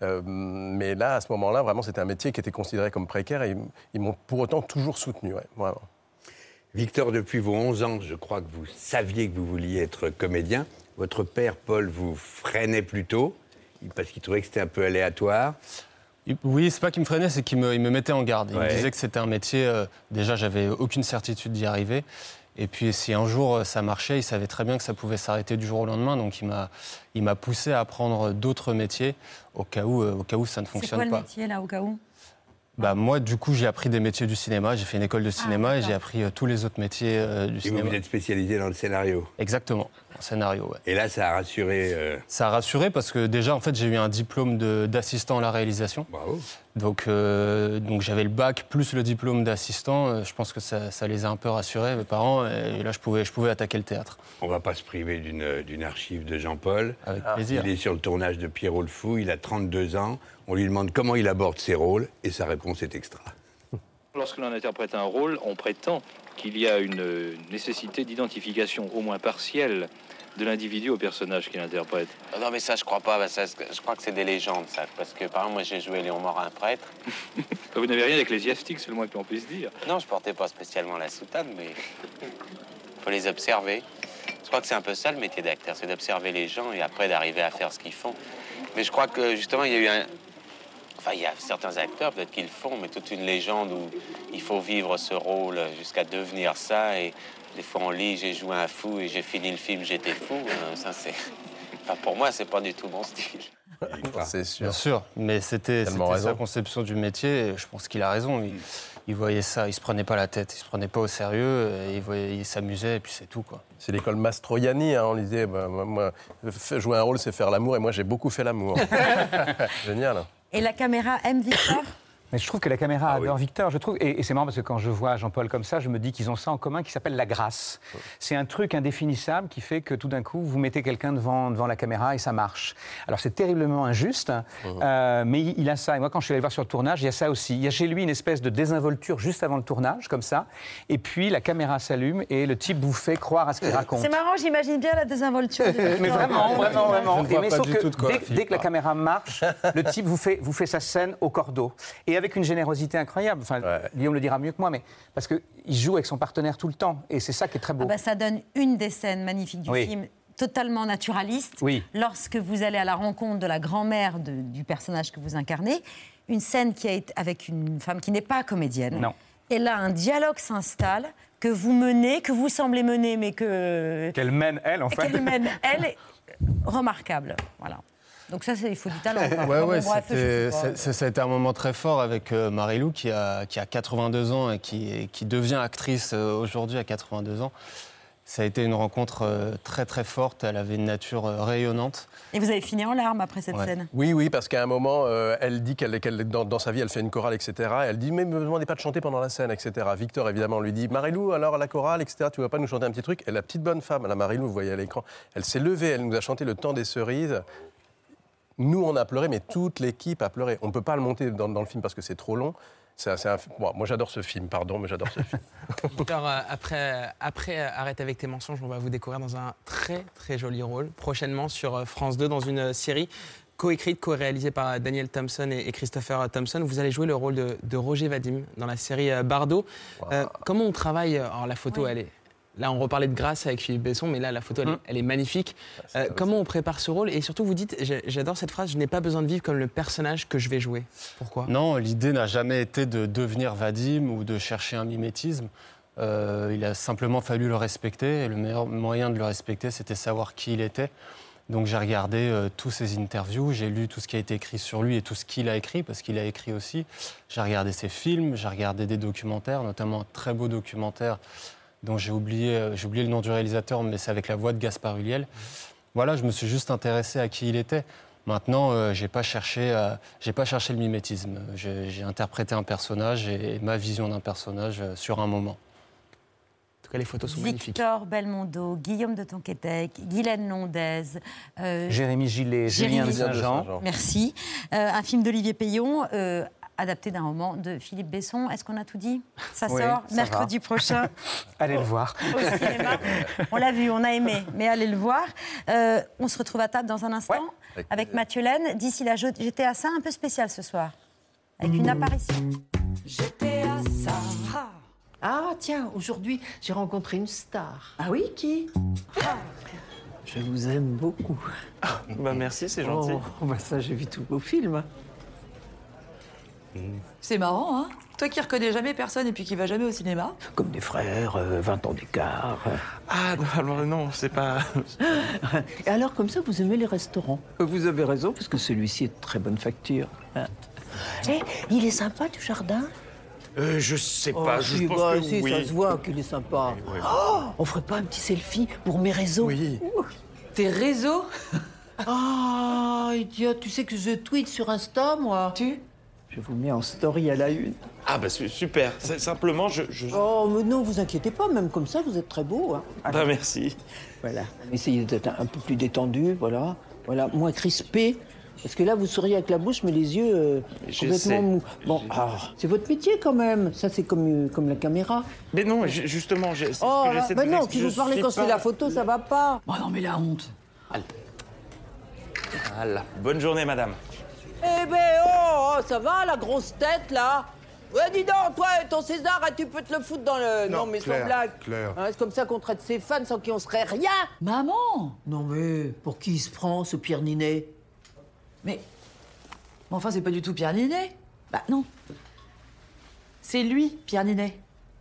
Mais là, à ce moment-là, vraiment, c'était un métier qui était considéré comme précaire et ils m'ont pour autant toujours soutenu, vraiment. Victor, depuis vos 11 ans, je crois que vous saviez que vous vouliez être comédien. Votre père, Paul, vous freinait plutôt parce qu'il trouvait que c'était un peu aléatoire. Oui, c'est pas qu'il me freinait, c'est qu'il me mettait en garde. Il me disait que c'était un métier, déjà j'avais aucune certitude d'y arriver. Et puis si un jour ça marchait, il savait très bien que ça pouvait s'arrêter du jour au lendemain. Donc il m'a poussé à apprendre d'autres métiers au cas où ça ne fonctionne pas. C'est quoi le métier là, au cas où ? Moi, du coup, j'ai appris des métiers du cinéma. J'ai fait une école de cinéma et j'ai appris tous les autres métiers du cinéma. Et vous êtes spécialisé dans le scénario ? Exactement, en scénario, ouais. Et là, ça a rassuré Ça a rassuré parce que déjà, en fait, j'ai eu un diplôme d'assistant à la réalisation. Bravo. Donc j'avais le bac plus le diplôme d'assistant. Je pense que ça les a un peu rassurés, mes parents. Et là, je pouvais attaquer le théâtre. On ne va pas se priver d'une archive de Jean-Paul. Avec plaisir. Il est sur le tournage de Pierrot le Fou. Il a 32 ans. On lui demande comment il aborde ses rôles. Et sa réponse est extra. Lorsque l'on interprète un rôle, on prétend qu'il y a une nécessité d'identification, au moins partielle, de l'individu au personnage qu'il interprète. Non mais ça je crois pas, je crois que c'est des légendes ça, parce que par exemple moi j'ai joué Léon Morin, prêtre. Vous n'avez rien d'ecclésiastique, c'est le moins que l'on puisse dire. Non, je portais pas spécialement la soutane, mais faut les observer. Je crois que c'est un peu ça le métier d'acteur, c'est d'observer les gens et après d'arriver à faire ce qu'ils font. Mais je crois que justement il y a eu il y a certains acteurs peut-être qui le font, mais toute une légende où il faut vivre ce rôle jusqu'à devenir ça. Et des fois on lit j'ai joué un fou et j'ai fini le film j'étais fou. Ça c'est, pour moi c'est pas du tout mon style. C'est sûr. Bien sûr, mais c'était sa conception du métier. Et je pense qu'il a raison. Il voyait ça, il se prenait pas la tête, il se prenait pas au sérieux. Il s'amusait et puis c'est tout, quoi. C'est l'école Mastroianni, hein, on disait moi, jouer un rôle c'est faire l'amour et moi j'ai beaucoup fait l'amour. Génial. Et la caméra aime Victor ? Mais je trouve que la caméra adore Victor. Je trouve, et c'est marrant parce que quand je vois Jean-Paul comme ça, je me dis qu'ils ont ça en commun qui s'appelle la grâce. C'est un truc indéfinissable qui fait que tout d'un coup, vous mettez quelqu'un devant la caméra et ça marche. Alors c'est terriblement injuste, mais il a ça. Et moi, quand je suis allé le voir sur le tournage, il y a ça aussi. Il y a chez lui une espèce de désinvolture juste avant le tournage, comme ça. Et puis la caméra s'allume et le type vous fait croire à ce qu'il raconte. C'est marrant, j'imagine bien la désinvolture. Mais vraiment. Mais sauf que dès que la caméra marche, le type vous fait sa scène au cordeau. Et avec une générosité incroyable. Enfin, Guillaume le dira mieux que moi, mais parce qu'il joue avec son partenaire tout le temps. Et c'est ça qui est très beau. Ça donne une des scènes magnifiques du film, totalement naturaliste. Lorsque vous allez à la rencontre de la grand-mère du personnage que vous incarnez, une scène qui est avec une femme qui n'est pas comédienne. Non. Et là, un dialogue s'installe que vous menez, que vous semblez mener, mais que... Qu'elle mène, elle, en fait. Qu'elle mène, elle, remarquable. Voilà. Donc ça, il faut du talent. Ça a été un moment très fort avec Marie-Lou qui a 82 ans et qui devient actrice aujourd'hui à 82 ans. Ça a été une rencontre très très forte, elle avait une nature rayonnante. Et vous avez fini en larmes après cette scène ? Oui, parce qu'à un moment, elle dit qu'elle dans sa vie, elle fait une chorale, etc. Elle dit, mais ne me demandez pas de chanter pendant la scène, etc. Victor, évidemment, lui dit, Marie-Lou, alors la chorale, etc., tu ne vas pas nous chanter un petit truc ? Et la petite bonne femme, la Marie-Lou, vous voyez à l'écran, elle s'est levée, elle nous a chanté Le Temps des cerises. Nous, on a pleuré, mais toute l'équipe a pleuré. On ne peut pas le monter dans le film parce que c'est trop long. Moi, j'adore ce film, pardon, mais j'adore ce film. Victor, après Arrête avec tes mensonges, on va vous découvrir dans un très très joli rôle, prochainement sur France 2, dans une série co-écrite, co-réalisée par Daniel Thompson et Christopher Thompson. Vous allez jouer le rôle de Roger Vadim dans la série Bardot. Wow. Comment on travaille? Alors la photo, elle est... Là, on reparlait de Grâce avec Philippe Besson, mais là, la photo, elle est magnifique. Comment on prépare ce rôle? Et surtout, vous dites, j'adore cette phrase, je n'ai pas besoin de vivre comme le personnage que je vais jouer. Pourquoi? Non, l'idée n'a jamais été de devenir Vadim ou de chercher un mimétisme. Il a simplement fallu le respecter. Et le meilleur moyen de le respecter, c'était savoir qui il était. Donc j'ai regardé tous ses interviews, j'ai lu tout ce qui a été écrit sur lui et tout ce qu'il a écrit, parce qu'il a écrit aussi. J'ai regardé ses films, j'ai regardé des documentaires, notamment un très beau documentaire dont j'ai oublié le nom du réalisateur, mais c'est avec la voix de Gaspard Ulliel. Voilà, je me suis juste intéressé à qui il était. Maintenant, j'ai pas cherché le mimétisme. J'ai interprété un personnage et ma vision d'un personnage sur un moment. En tout cas, les photos sont magnifiques. Victor Belmondo, Guillaume de Tonquédec, Guylaine Londez, Jérémy Gillet, Julien de Saint-Jean. Merci. Un film d'Olivier Payon, adapté d'un roman de Philippe Besson. Est-ce qu'on a tout dit? Ça sort mercredi prochain. Allez le voir. Au cinéma. On l'a vu, on a aimé, mais allez le voir. On se retrouve à table dans un instant avec Mathieu Laine. D'ici là, j'étais à ça un peu spécial ce soir, avec une apparition. J'étais à ça. Ah tiens, aujourd'hui, j'ai rencontré une star. Ah oui, qui? Je vous aime beaucoup. Merci, c'est gentil. Ça, j'ai vu tous vos films. C'est marrant, hein? Toi qui reconnais jamais personne et puis qui va jamais au cinéma. Comme des frères, 20 ans d'écart. Ah, alors non, c'est pas... Et alors, comme ça, vous aimez les restaurants? Vous avez raison, parce que celui-ci est de très bonne facture. Et il est sympa, du jardin? Je sais pas, je pense que oui. Ça se voit qu'il est sympa. Oui. Oh, on ferait pas un petit selfie pour mes réseaux? Oui. Tes réseaux? Ah, idiot, tu sais que je tweete sur Insta, moi? Je vous mets en story à la une. Ah bah super, simplement je... Oh, mais non, vous inquiétez pas, même comme ça, vous êtes très beau. Hein. Bah merci. Voilà, essayez d'être un peu plus détendu, voilà, moins crispé. Parce que là, vous souriez avec la bouche, mais les yeux complètement mous. Bon, c'est votre métier quand même. Ça, c'est comme la caméra. Mais non, justement, c'est ce que j'essaie de vous non, si vous parlez quand je fais la photo, ça va pas. Oh non, mais la honte. Voilà. Bonne journée, madame. Eh ben, ça va, la grosse tête, là? Ouais, dis donc, toi, ton César, tu peux te le foutre dans le... Non, mais sans blague. Hein, c'est comme ça qu'on traite ses fans sans qui on serait rien. Maman! Non, mais pour qui il se prend, ce Pierre Ninet? Mais enfin, c'est pas du tout Pierre Ninet. Bah non. C'est lui, Pierre Ninet.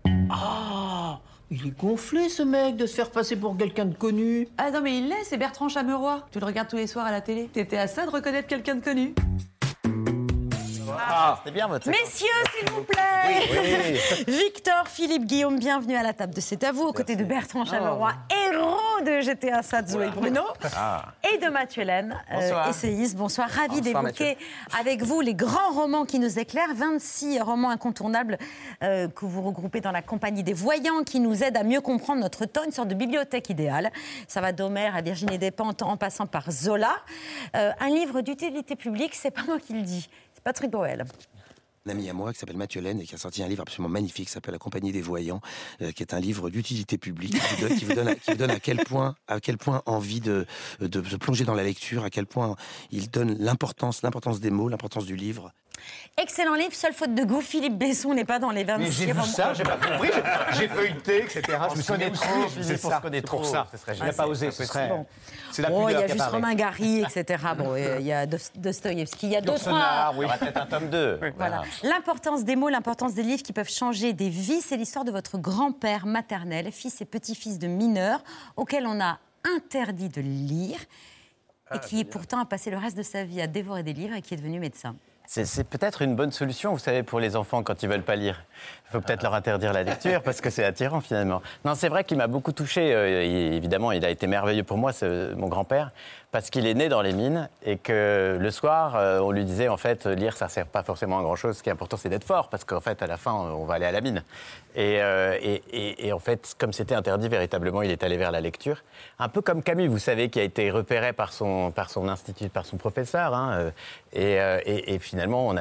Ah, il est gonflé, ce mec, de se faire passer pour quelqu'un de connu. Ah non, mais il l'est, c'est Bertrand Chameroy. Tu le regardes tous les soirs à la télé. T'étais à ça de reconnaître quelqu'un de connu. C'était bien votre Messieurs, s'il vous plaît. Victor, Philippe, Guillaume, bienvenue à la table de C'est à vous, aux côtés de Bertrand Chameroy, héros de GTA Sadzo et Bruno, et de Mathieu Laine, essayiste. Bonsoir, ravi d'évoquer avec vous les grands romans qui nous éclairent, 26 romans incontournables que vous regroupez dans la compagnie des voyants qui nous aident à mieux comprendre notre temps, une sorte de bibliothèque idéale. Ça va d'Homère à Virginie Despentes en passant par Zola. Un livre d'utilité publique, c'est pas moi qui le dis. Patrick Boel. Un ami à moi qui s'appelle Mathieu Laine et qui a sorti un livre absolument magnifique qui s'appelle La Compagnie des Voyants, qui est un livre d'utilité publique qui vous donne à quel point envie de se plonger dans la lecture, à quel point il donne l'importance des mots, l'importance du livre. Excellent livre, seule faute de goût, Philippe Besson n'est pas dans les 26 Mais j'ai vu ça, j'ai pas compris, j'ai feuilleté, etc. Je me connais trop, Philippe, on se connaît trop. Pour ça, il n'a pas osé, ce serait... Bon. C'est la il y a juste Romain Gary, etc. Bon, il y a Dostoïevski, il y a d'autres... Oui. On va peut-être un tome 2. Voilà. L'importance des mots, l'importance des livres qui peuvent changer des vies, c'est l'histoire de votre grand-père maternel, fils et petit-fils de mineurs, auquel on a interdit de lire, et qui pourtant a passé le reste de sa vie à dévorer des livres et qui est devenu médecin. C'est peut-être une bonne solution, vous savez, pour les enfants quand ils veulent pas lire. Il faut peut-être leur interdire la lecture parce que c'est attirant finalement. Non, c'est vrai qu'il m'a beaucoup touché. Évidemment, il a été merveilleux pour moi, mon grand-père, parce qu'il est né dans les mines et que le soir, on lui disait en fait, lire ça ne sert pas forcément à grand-chose. Ce qui est important, c'est d'être fort parce qu'en fait, à la fin, on va aller à la mine. Et en fait, comme c'était interdit véritablement, il est allé vers la lecture. Un peu comme Camus, vous savez, qui a été repéré par son institut, par son professeur. Hein, et finalement,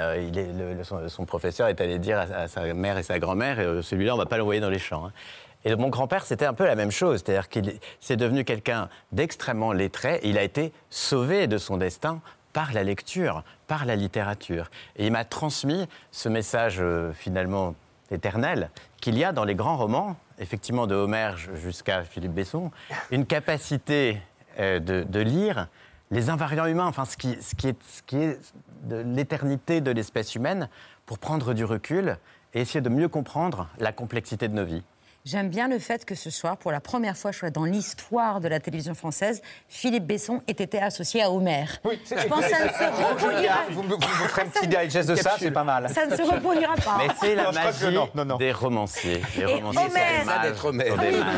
son professeur est allé dire à sa mère et sa grand-mère, celui-là, on ne va pas l'envoyer dans les champs. Hein. Et mon grand-père, c'était un peu la même chose. C'est-à-dire qu'il c'est devenu quelqu'un d'extrêmement lettré. Et il a été sauvé de son destin par la lecture, par la littérature. Et il m'a transmis ce message, finalement, éternel, qu'il y a dans les grands romans, effectivement de Homère jusqu'à Philippe Besson, une capacité de lire les invariants humains, enfin, ce qui est de l'éternité de l'espèce humaine, pour prendre du recul et essayer de mieux comprendre la complexité de nos vies. J'aime bien le fait que ce soir, pour la première fois, je crois, dans l'histoire de la télévision française, Philippe Besson ait été associé à Homère. Oui, je pense que ça ne se reproduira pas. Vous ferez un petit digest de ça, c'est pas mal. Ça ne se reproduira pas. Mais c'est la magie des romanciers. Les romanciers, Homère. c'est d'être Homère.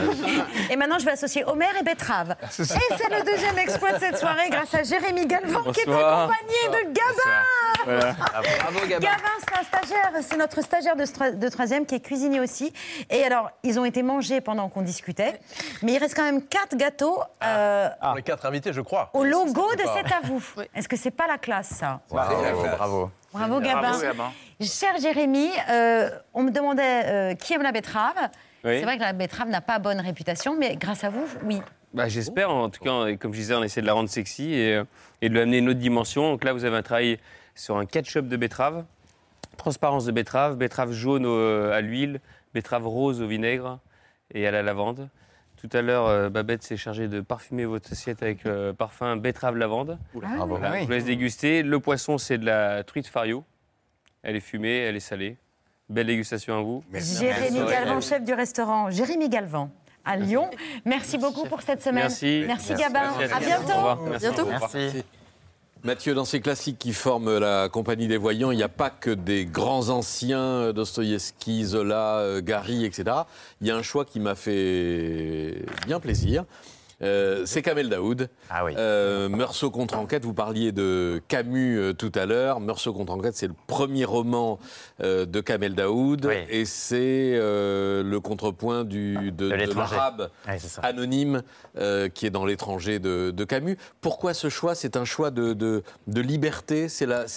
Et maintenant, je vais associer Homère et Betterave. Et c'est le deuxième exploit de cette soirée grâce à Jérémy Galvan, qui est accompagné de Gabin. Voilà. Bravo Gabin. Gabin, c'est un stagiaire, c'est notre stagiaire de troisième qui est cuisinier aussi. Et alors, ils ont été mangés pendant qu'on discutait, mais il reste quand même 4 gâteaux. Pour les 4 invités, je crois. Au logo de C'est à vous. Est-ce que c'est pas la classe, ça? Bravo. Bravo Gabin. Cher Jérémy, on me demandait qui aime la betterave. Oui. C'est vrai que la betterave n'a pas bonne réputation, mais grâce à vous, oui. Bah, j'espère, en tout cas, comme je disais, on essaie de la rendre sexy et de lui amener une autre dimension. Donc là, vous avez un travail sur un ketchup de betterave, transparence de betterave, betterave jaune à l'huile, betterave rose au vinaigre et à la lavande. Tout à l'heure, Babette s'est chargée de parfumer votre assiette avec le parfum betterave lavande. Bravo. Voilà, je vous laisse déguster. Le poisson, c'est de la truite fario. Elle est fumée, elle est salée. Belle dégustation à vous. Merci. Jérémy Galvan, chef du restaurant Jérémy Galvan à Lyon. Merci beaucoup pour cette semaine. Merci Gabin. À bientôt. Au revoir. Bientôt. Merci. Mathieu, dans ces classiques qui forment la Compagnie des Voyants, il n'y a pas que des grands anciens, Dostoïevski, Zola, Gary, etc. Il y a un choix qui m'a fait bien plaisir. C'est Kamel Daoud. Ah oui. Meursault contre enquête, vous parliez de Camus tout à l'heure. Meursault contre enquête, c'est le premier roman de Kamel Daoud. Oui. Et c'est le contrepoint de l'arabe anonyme qui est dans l'étranger de Camus. Pourquoi ce choix? C'est un choix de liberté.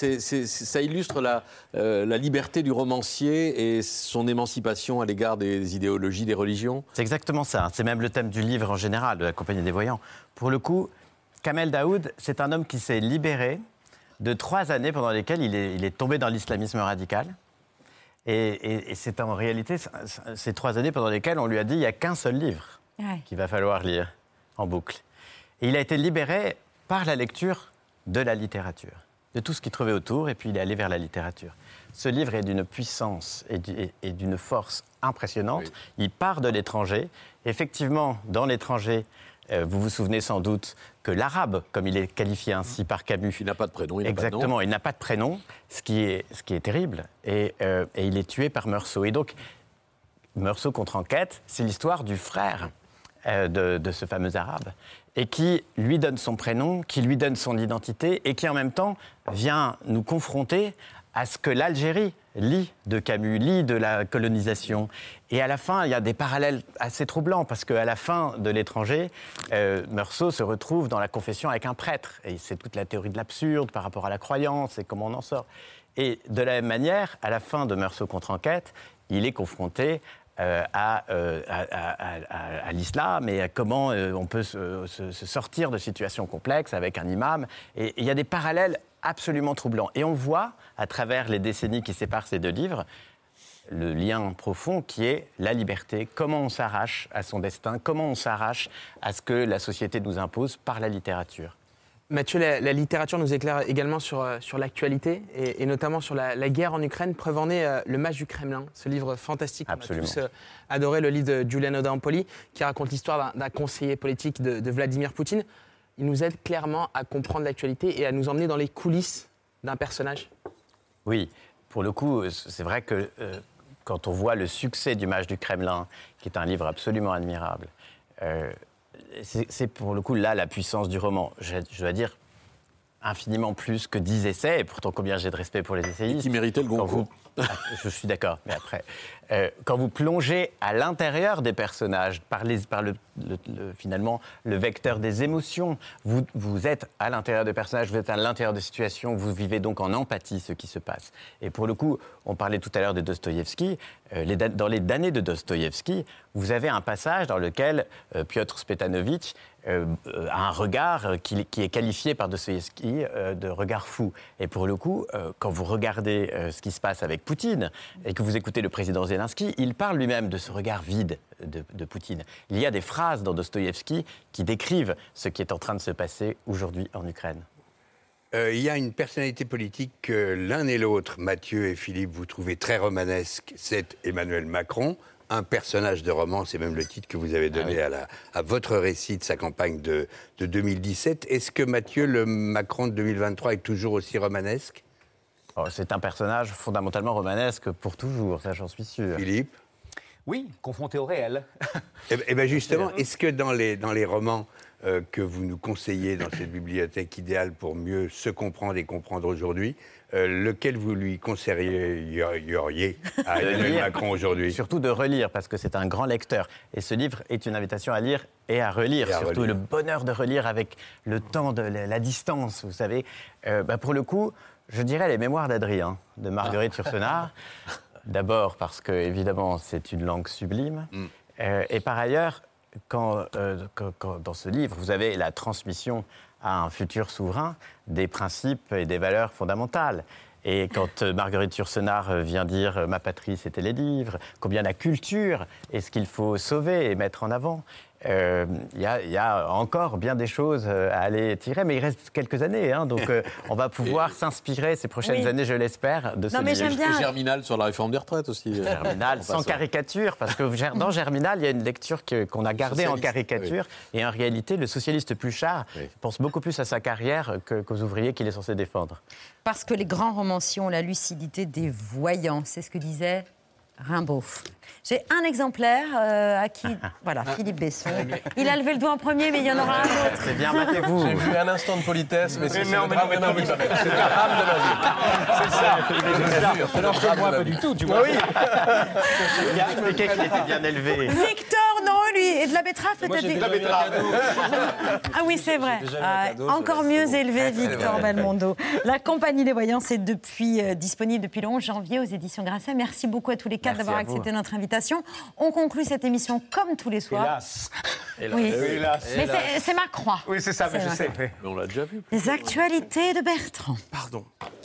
Ça illustre la liberté du romancier et son émancipation à l'égard des idéologies, des religions. C'est exactement ça. C'est même le thème du livre en général, de la Compagnie des Voyants. Pour le coup, Kamel Daoud, c'est un homme qui s'est libéré de 3 années pendant lesquelles il est tombé dans l'islamisme radical. Et c'est en réalité ces 3 années pendant lesquelles on lui a dit il n'y a qu'un seul livre qu'il va falloir lire en boucle. Et il a été libéré par la lecture de la littérature, de tout ce qu'il trouvait autour, et puis il est allé vers la littérature. Ce livre est d'une puissance et d'une force impressionnante. Oui. Il part de l'étranger. Effectivement, dans l'étranger, vous vous souvenez sans doute que l'arabe, comme il est qualifié ainsi par Camus... Il n'a pas de prénom. Exactement, il n'a pas de prénom, ce qui est terrible. Et il est tué par Meursault. Et donc, Meursault contre enquête, c'est l'histoire du frère de ce fameux arabe, et qui lui donne son prénom, qui lui donne son identité, et qui en même temps vient nous confronter à ce que l'Algérie lit de Camus, lit de la colonisation. Et à la fin, il y a des parallèles assez troublants, parce qu'à la fin de l'étranger, Meursault se retrouve dans la confession avec un prêtre. Et c'est toute la théorie de l'absurde par rapport à la croyance et comment on en sort. Et de la même manière, à la fin de Meursault contre enquête, il est confronté à l'islam et à comment on peut se sortir de situations complexes avec un imam. Et il y a des parallèles absolument troublants. Et on voit, à travers les décennies qui séparent ces 2 livres, le lien profond qui est la liberté, comment on s'arrache à son destin, comment on s'arrache à ce que la société nous impose par la littérature. Mathieu, la littérature nous éclaire également sur l'actualité et notamment sur la guerre en Ukraine. Preuve en est Le Match du Kremlin, ce livre fantastique qu'on a tous adoré, le livre de Giuliano d'Ampoli, qui raconte l'histoire d'un conseiller politique de Vladimir Poutine. Il nous aide clairement à comprendre l'actualité et à nous emmener dans les coulisses d'un personnage. Oui, pour le coup, c'est vrai que quand on voit le succès du Match du Kremlin, qui est un livre absolument admirable, c'est pour le coup là la puissance du roman. Je dois dire infiniment plus que 10 essais, et pourtant combien j'ai de respect pour les essayistes. Et qui méritait le Goncourt. Je suis d'accord, mais après, quand vous plongez à l'intérieur des personnages, finalement le vecteur des émotions, vous êtes à l'intérieur des personnages, vous êtes à l'intérieur des situations, vous vivez donc en empathie ce qui se passe. Et pour le coup, on parlait tout à l'heure de Dostoïevski, dans les damnés de Dostoïevski, vous avez un passage dans lequel Piotr Spetanovitch a un regard qui est qualifié par Dostoïevski de regard fou. Et pour le coup, quand vous regardez ce qui se passe avec Poutine et que vous écoutez le président Zelensky, il parle lui-même de ce regard vide de Poutine. Il y a des phrases dans Dostoïevski qui décrivent ce qui est en train de se passer aujourd'hui en Ukraine. Il y a une personnalité politique que l'un et l'autre, Mathieu et Philippe, vous trouvez très romanesque, c'est Emmanuel Macron. Un personnage de roman, c'est même le titre que vous avez donné à votre récit de sa campagne de 2017. Est-ce que Mathieu, le Macron de 2023, est toujours aussi romanesque ? C'est un personnage fondamentalement romanesque pour toujours, ça j'en suis sûr. Philippe ? Oui, confronté au réel. Eh bien justement, est-ce que dans les romans que vous nous conseillez dans cette bibliothèque idéale pour mieux se comprendre et comprendre aujourd'hui, lequel vous lui conseilleriez à Emmanuel Macron aujourd'hui ? Surtout de relire, parce que c'est un grand lecteur. Et ce livre est une invitation à lire et à relire. Surtout le bonheur de relire avec le temps, la distance, vous savez. Pour le coup, je dirais Les Mémoires d'Adrien, de Marguerite Yourcenar. D'abord parce que, évidemment, c'est une langue sublime. Et par ailleurs, quand dans ce livre, vous avez la transmission à un futur souverain des principes et des valeurs fondamentales. Et quand Marguerite Yourcenar vient dire « ma patrie, c'était les livres », combien la culture est ce qu'il faut sauver et mettre en avant, il y a encore bien des choses à aller tirer, mais il reste quelques années, donc on va pouvoir s'inspirer ces prochaines années, je l'espère, de ce livre. Et Germinal sur la réforme des retraites aussi. Germinal, sans caricature, parce que dans Germinal, il y a une lecture qu'on a gardée en caricature, et en réalité, le socialiste Pluchart pense beaucoup plus à sa carrière qu'aux ouvriers qu'il est censé défendre. Parce que les grands romanciers ont la lucidité des voyants, c'est ce que disait Rimbaud. J'ai un exemplaire à qui... Voilà, Philippe Besson. Il a levé le doigt en premier, mais il y en aura un autre. C'est bien, battez-vous. J'ai vu un instant de politesse, mais c'est le drame de ma vie. C'est le drame de ma vie. C'est ça. Je n'en fais moi pas du tout, tu vois. Oui. Il a expliqué qu'il était bien élevé. Victor, non, lui. Et de la betterave, peut-être. De la betterave. Ah oui, c'est vrai. Encore mieux élevé, Victor Belmondo. La Compagnie des Voyants, c'est disponible depuis le 11 janvier aux éditions Grasset. Merci beaucoup à tous les quatre d'avoir accepté notre invitation. On conclut cette émission comme tous les soirs. Hélas. Oui. Hélas. Mais c'est ma croix. Oui, c'est ça, mais je sais. Mais on l'a déjà vu. Les actualités de Bertrand. Pardon.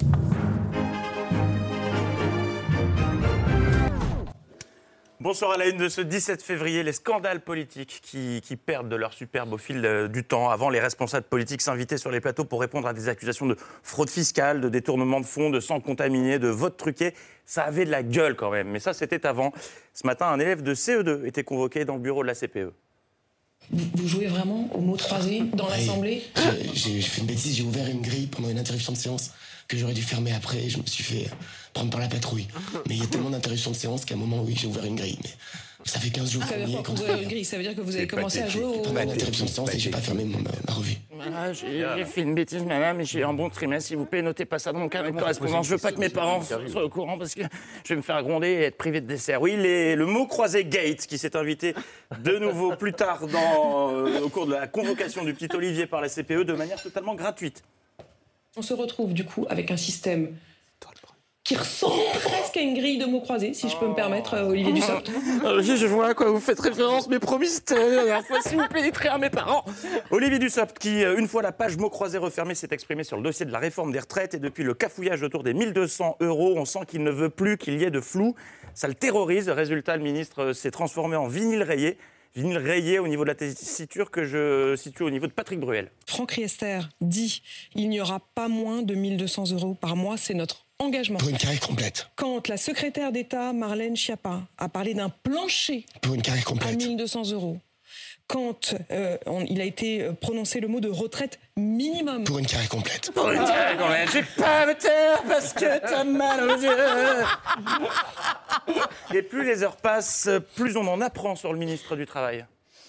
Bonsoir à la une de ce 17 février, les scandales politiques qui perdent de leur superbe au fil du temps. Avant, les responsables politiques s'invitaient sur les plateaux pour répondre à des accusations de fraude fiscale, de détournement de fonds, de sang contaminé, de vote truqué. Ça avait de la gueule quand même, mais ça c'était avant. Ce matin, un élève de CE2 était convoqué dans le bureau de la CPE. Vous jouez vraiment au mot croisé dans l'Assemblée ? J'ai fait une bêtise, j'ai ouvert une grille pendant une interruption de séance que j'aurais dû fermer après. Je me suis fait prendre par la patrouille. Mais il y a tellement d'interruptions de séance qu'à un moment, oui, j'ai ouvert une grille. Mais ça fait 15 jours. Ça veut dire quoi, vous avez une grille ? Ça veut dire que vous avez commencé à jouer au... Pendant une interruption de séance et j'ai pas fermé ma revue. Voilà, j'ai fait une bêtise, madame, et j'ai eu un bon trimestre. S'il vous plaît, notez pas ça dans mon carnet de correspondance. Je veux pas que mes parents soient au courant parce que je vais me faire gronder et être privé de dessert. Oui, le mot croisé Gate qui s'est invité de nouveau plus tard au cours de la convocation du petit Olivier par la CPE de manière totalement gratuite. On se retrouve du coup avec un système qui ressemble presque à une grille de mots croisés, si je peux me permettre, Olivier Dussopt. Je vois à quoi vous faites référence, mais promis, c'était la dernière fois, s'il vous plaît, d'écrire à mes parents. Olivier Dussopt, qui, une fois la page mots croisés refermée, s'est exprimé sur le dossier de la réforme des retraites, et depuis le cafouillage autour des 1 200 €, on sent qu'il ne veut plus qu'il y ait de flou. Ça le terrorise. Résultat, le ministre s'est transformé en vinyle rayé au niveau de la tessiture que je situe au niveau de Patrick Bruel. Franck Riester dit il n'y aura pas moins de 1 200 € par mois, c'est notre engagement. Pour une carrière complète. Quand la secrétaire d'État, Marlène Schiappa, a parlé d'un plancher pour une carrière complète à 1 200 €, quand il a été prononcé le mot de retraite minimum. Pour une carrière complète. Pour une carrière complète. J'ai pas à me taire parce que t'as mal aux yeux. Et plus les heures passent, plus on en apprend sur le ministre du Travail.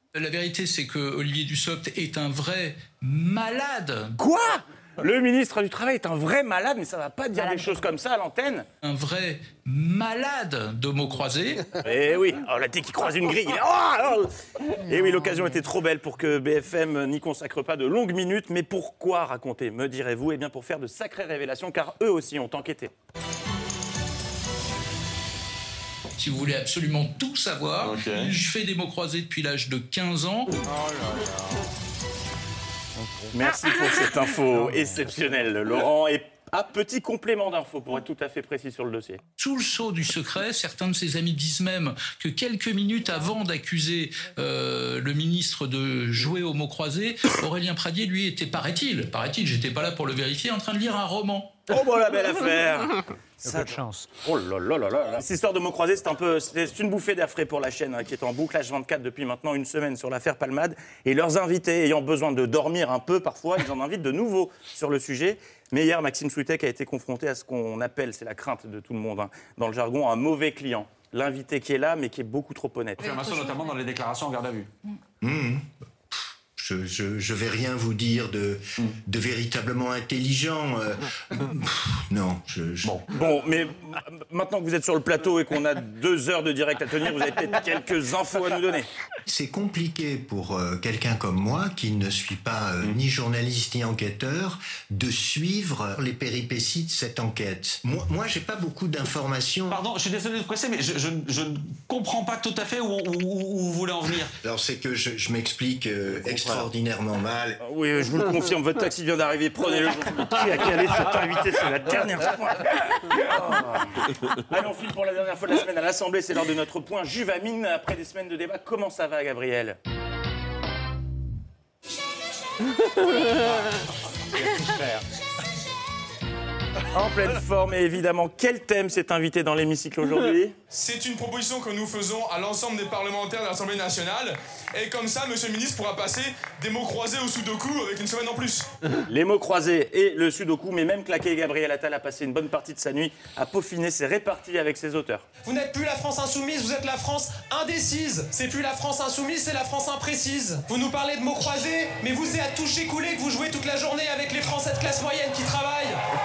La vérité, c'est que Olivier Dussopt est un vrai malade. Quoi ? Le ministre du Travail est un vrai malade, mais ça va pas dire des choses comme ça à l'antenne. Un vrai malade de mots croisés. Eh oui, dès qu'il croise une grille, il est... Et oui, l'occasion était trop belle pour que BFM n'y consacre pas de longues minutes. Mais pourquoi raconter, me direz-vous ? Eh bien pour faire de sacrées révélations, car eux aussi ont enquêté. Si vous voulez absolument tout savoir, je fais des mots croisés depuis l'âge de 15 ans. Oh là là. Merci pour cette info exceptionnelle, Laurent. Et petit complément d'info pour être tout à fait précis sur le dossier. Sous le sceau du secret, certains de ses amis disent même que quelques minutes avant d'accuser le ministre de jouer aux mots croisés, Aurélien Pradier, lui, était, paraît-il, j'étais pas là pour le vérifier, en train de lire un roman. Oh, bah la belle affaire. Ça a de chance. Oh là là là là. Cette histoire de mots croisés, c'est une bouffée d'air frais pour la chaîne qui est en boucle H24 depuis maintenant une semaine sur l'affaire Palmade. Et leurs invités, ayant besoin de dormir un peu parfois, ils en invitent de nouveau sur le sujet. Mais hier, Maxime Souitek a été confronté à ce qu'on appelle, c'est la crainte de tout le monde, dans le jargon, un mauvais client. L'invité qui est là, mais qui est beaucoup trop honnête. Affirmation notamment dans les déclarations en garde à vue. Je vais rien vous dire de véritablement intelligent. Non. Bon, mais maintenant que vous êtes sur le plateau et qu'on a 2 heures de direct à tenir, vous avez peut-être quelques infos à nous donner. C'est compliqué pour quelqu'un comme moi, qui ne suis pas ni journaliste ni enquêteur, de suivre les péripéties de cette enquête. Moi, j'ai pas beaucoup d'informations. Pardon, je suis désolé de vous presser, mais je ne comprends pas tout à fait où vous voulez en venir. Alors, c'est que je m'explique extraordinairement mal. Oui, je vous le confirme, votre taxi vient d'arriver, prenez-le. Qui a calé cet invité, c'est la dernière fois. Allez, on file pour la dernière fois de la semaine à l'Assemblée, c'est l'heure de notre point Juvamine. Après des semaines de débat, comment ça va, Gabriel ? En pleine forme, et évidemment, quel thème s'est invité dans l'hémicycle aujourd'hui ? C'est une proposition que nous faisons à l'ensemble des parlementaires de l'Assemblée nationale. Et comme ça, monsieur le ministre pourra passer des mots croisés au sudoku avec une semaine en plus. Les mots croisés et le sudoku, mais même claqué, Gabriel Attal a passé une bonne partie de sa nuit à peaufiner ses réparties avec ses auteurs. Vous n'êtes plus la France insoumise, vous êtes la France indécise. C'est plus la France insoumise, c'est la France imprécise. Vous nous parlez de mots croisés, mais vous c'est à toucher coulé que vous jouez toute la journée avec les Français de classe moyenne qui travaillent.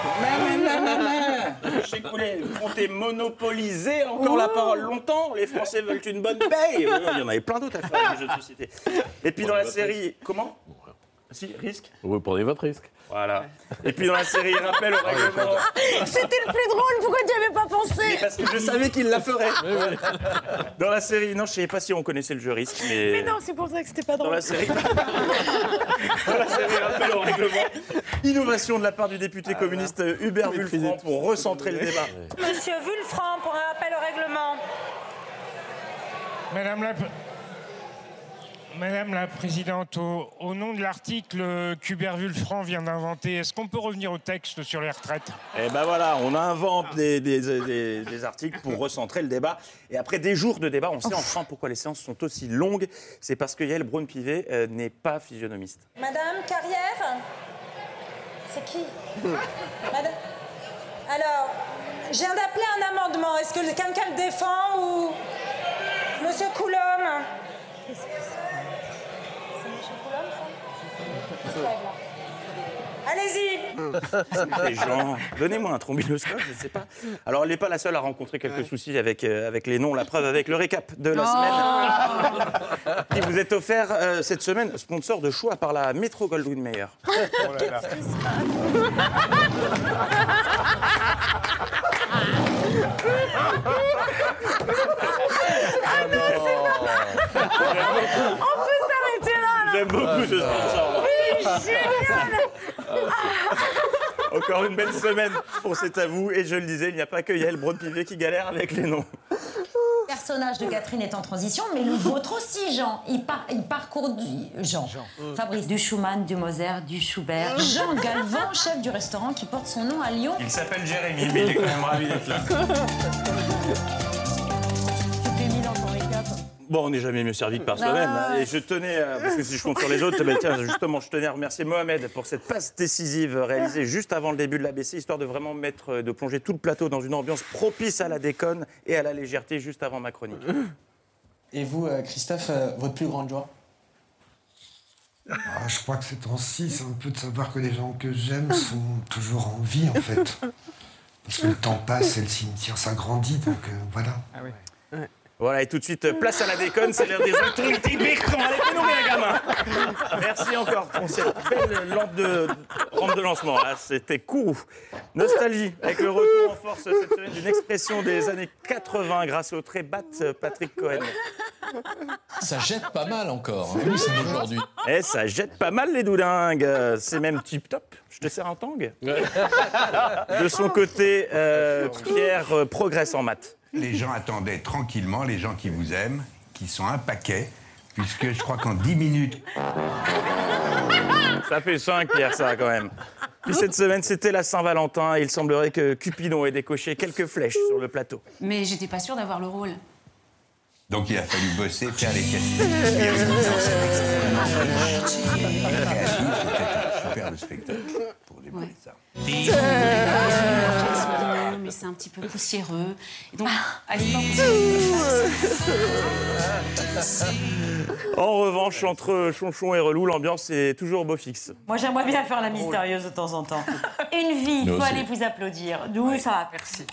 Toucher coulé, vous comptez monopoliser encore la parole longtemps. Les Français veulent une bonne paye. Il y en avait plein d'autres à faire dans les jeux de société. Et puis dans la série... Comment ? Si, risque ? Vous prenez votre risque. Voilà. Et puis dans la série Rappel au règlement... C'était le plus drôle, pourquoi tu n'y avais pas pensé ? Mais parce que je savais qu'il la ferait. Dans la série... Non, je ne savais pas si on connaissait le jeu risque, mais... Mais non, c'est pour ça que c'était pas drôle. Dans la série Rappel au règlement, innovation de la part du député communiste Hubert Wulfranc pour recentrer le débat. Monsieur Wulfranc pour un rappel au règlement. Madame la Présidente, au nom de l'article qu'Hubert Wulfranc vient d'inventer, est-ce qu'on peut revenir au texte sur les retraites ? Eh ben voilà, on invente des articles pour recentrer le débat. Et après des jours de débat, on sait enfin pourquoi les séances sont aussi longues. C'est parce que Yaël Braun-Pivet n'est pas physionomiste. Madame Carrière ? C'est qui Madame... Alors, je viens d'appeler un amendement. Est-ce que quelqu'un le défend ou... Monsieur Coulombe ? Qu'est-ce que c'est ? C'est Monsieur Coulombe, ça ? Il se lève, là. Allez-y. Les gens, donnez-moi un trombinoscope, je ne sais pas. Alors, elle n'est pas la seule à rencontrer quelques soucis avec les noms. La preuve avec le récap de la semaine. Qui vous est offert cette semaine, sponsor de choix par la Metro Goldwyn Mayer. Oh là là. Ah non, c'est pas... On peut s'arrêter là. J'aime beaucoup ce sponsor. Oui, génial. Encore une belle semaine pour C'est à vous. Et je le disais, il n'y a pas que Yaël Braun-Pivet qui galère avec les noms. Le personnage de Catherine est en transition, mais le vôtre aussi, Jean. Il parcourt Jean. Fabrice du Schumann, du Moser, du Schubert. Jean Galvan, chef du restaurant qui porte son nom à Lyon. Il s'appelle Jérémy, mais il est quand même ravi d'être là. Bon, on n'est jamais mieux servi que par soi-même. Et je tenais, parce que si je compte sur les autres, tiens, justement, je tenais à remercier Mohamed pour cette passe décisive réalisée juste avant le début de l'ABC, histoire de vraiment de plonger tout le plateau dans une ambiance propice à la déconne et à la légèreté juste avant ma chronique. Et vous, Christophe, votre plus grande joie ? Je crois que ces temps-ci, c'est un peu de savoir que les gens que j'aime sont toujours en vie, en fait. Parce que le temps passe et le cimetière s'agrandit, donc voilà. Ah oui. Ouais. Voilà, et tout de suite, place à la déconne, c'est l'heure des actualités Bertrand. Allez, fais-nous rire, gamin. Merci encore pour cette belle rampe de lancement. Là, c'était cool. Nostalgie, avec le retour en force cette semaine d'une expression des années 80 grâce au très bat Patrick Cohen. Ça jette pas mal encore, hein, c'est d'aujourd'hui. Et ça jette pas mal les doudingues. C'est même tip-top. Je te sers un tang. De son côté, Pierre progresse en maths. Les gens attendaient tranquillement, les gens qui vous aiment, qui sont un paquet, puisque je crois qu'en 10 minutes... Ça fait 5, Pierre, ça, quand même. Puis cette semaine, c'était la Saint-Valentin et il semblerait que Cupidon ait décoché quelques flèches sur le plateau. Mais j'étais pas sûre d'avoir le rôle. Donc il a fallu bosser, faire les castings. Et super le spectacle pour démarrer ça. Mais c'est un petit peu poussiéreux. Et donc, à l'époque, En revanche, entre Chonchon et Relou, l'ambiance est toujours beau fixe. Moi, j'aimerais bien faire la mystérieuse de temps en temps. Une vie, il faut aller vous applaudir. Oui, ça va, merci.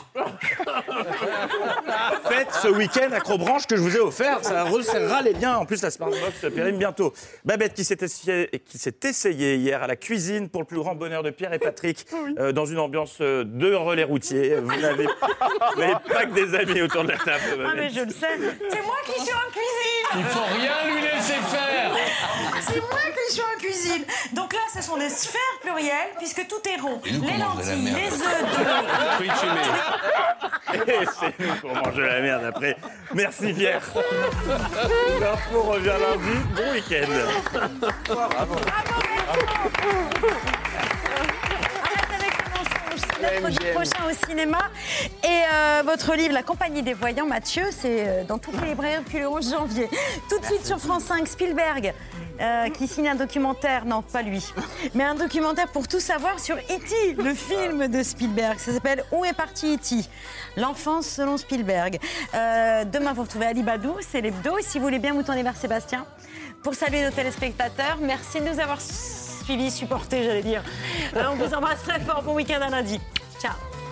Faites ce week-end Acrobranche que je vous ai offert, ça resserrera les liens. En plus, la Smartbox périme bientôt. Babette qui s'est essayée hier à la cuisine pour le plus grand bonheur de Pierre et Patrick, dans une ambiance de relais routiers. Vous n'avez pas que des amis autour de la table. Ah, mais je le sais. C'est moi qui suis en cuisine. Il faut rien lui laisser faire. C'est moi qui suis en cuisine. Donc là, ce sont des sphères plurielles, puisque tout est rond. Les lentilles, les œufs de... Et c'est nous pour manger la merde après. Merci Pierre. L'info revient lundi. Bon week-end. Bravo. Mercredi prochain au cinéma. Et votre livre, La Compagnie des Voyants, Mathieu, c'est dans toutes les librairies depuis le 11 janvier. Tout de suite sur France 5, Spielberg, qui signe un documentaire, non pas lui, mais un documentaire pour tout savoir sur E.T., le film de Spielberg. Ça s'appelle Où est parti E.T. L'enfance selon Spielberg. Demain, vous retrouvez Ali Badou, c'est l'hebdo. Et si vous voulez bien vous tourner vers Sébastien pour saluer nos téléspectateurs, merci de nous avoir suivis, supportés, j'allais dire. On vous embrasse très fort. Bon week-end à lundi. Ciao.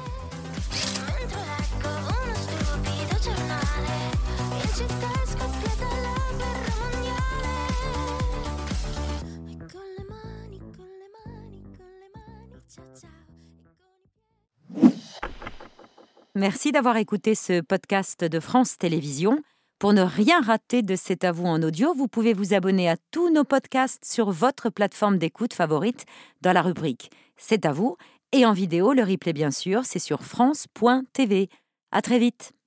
Merci d'avoir écouté ce podcast de France Télévisions. Pour ne rien rater de C'est à vous en audio, vous pouvez vous abonner à tous nos podcasts sur votre plateforme d'écoute favorite dans la rubrique C'est à vous. Et en vidéo, le replay bien sûr, c'est sur France.tv. À très vite.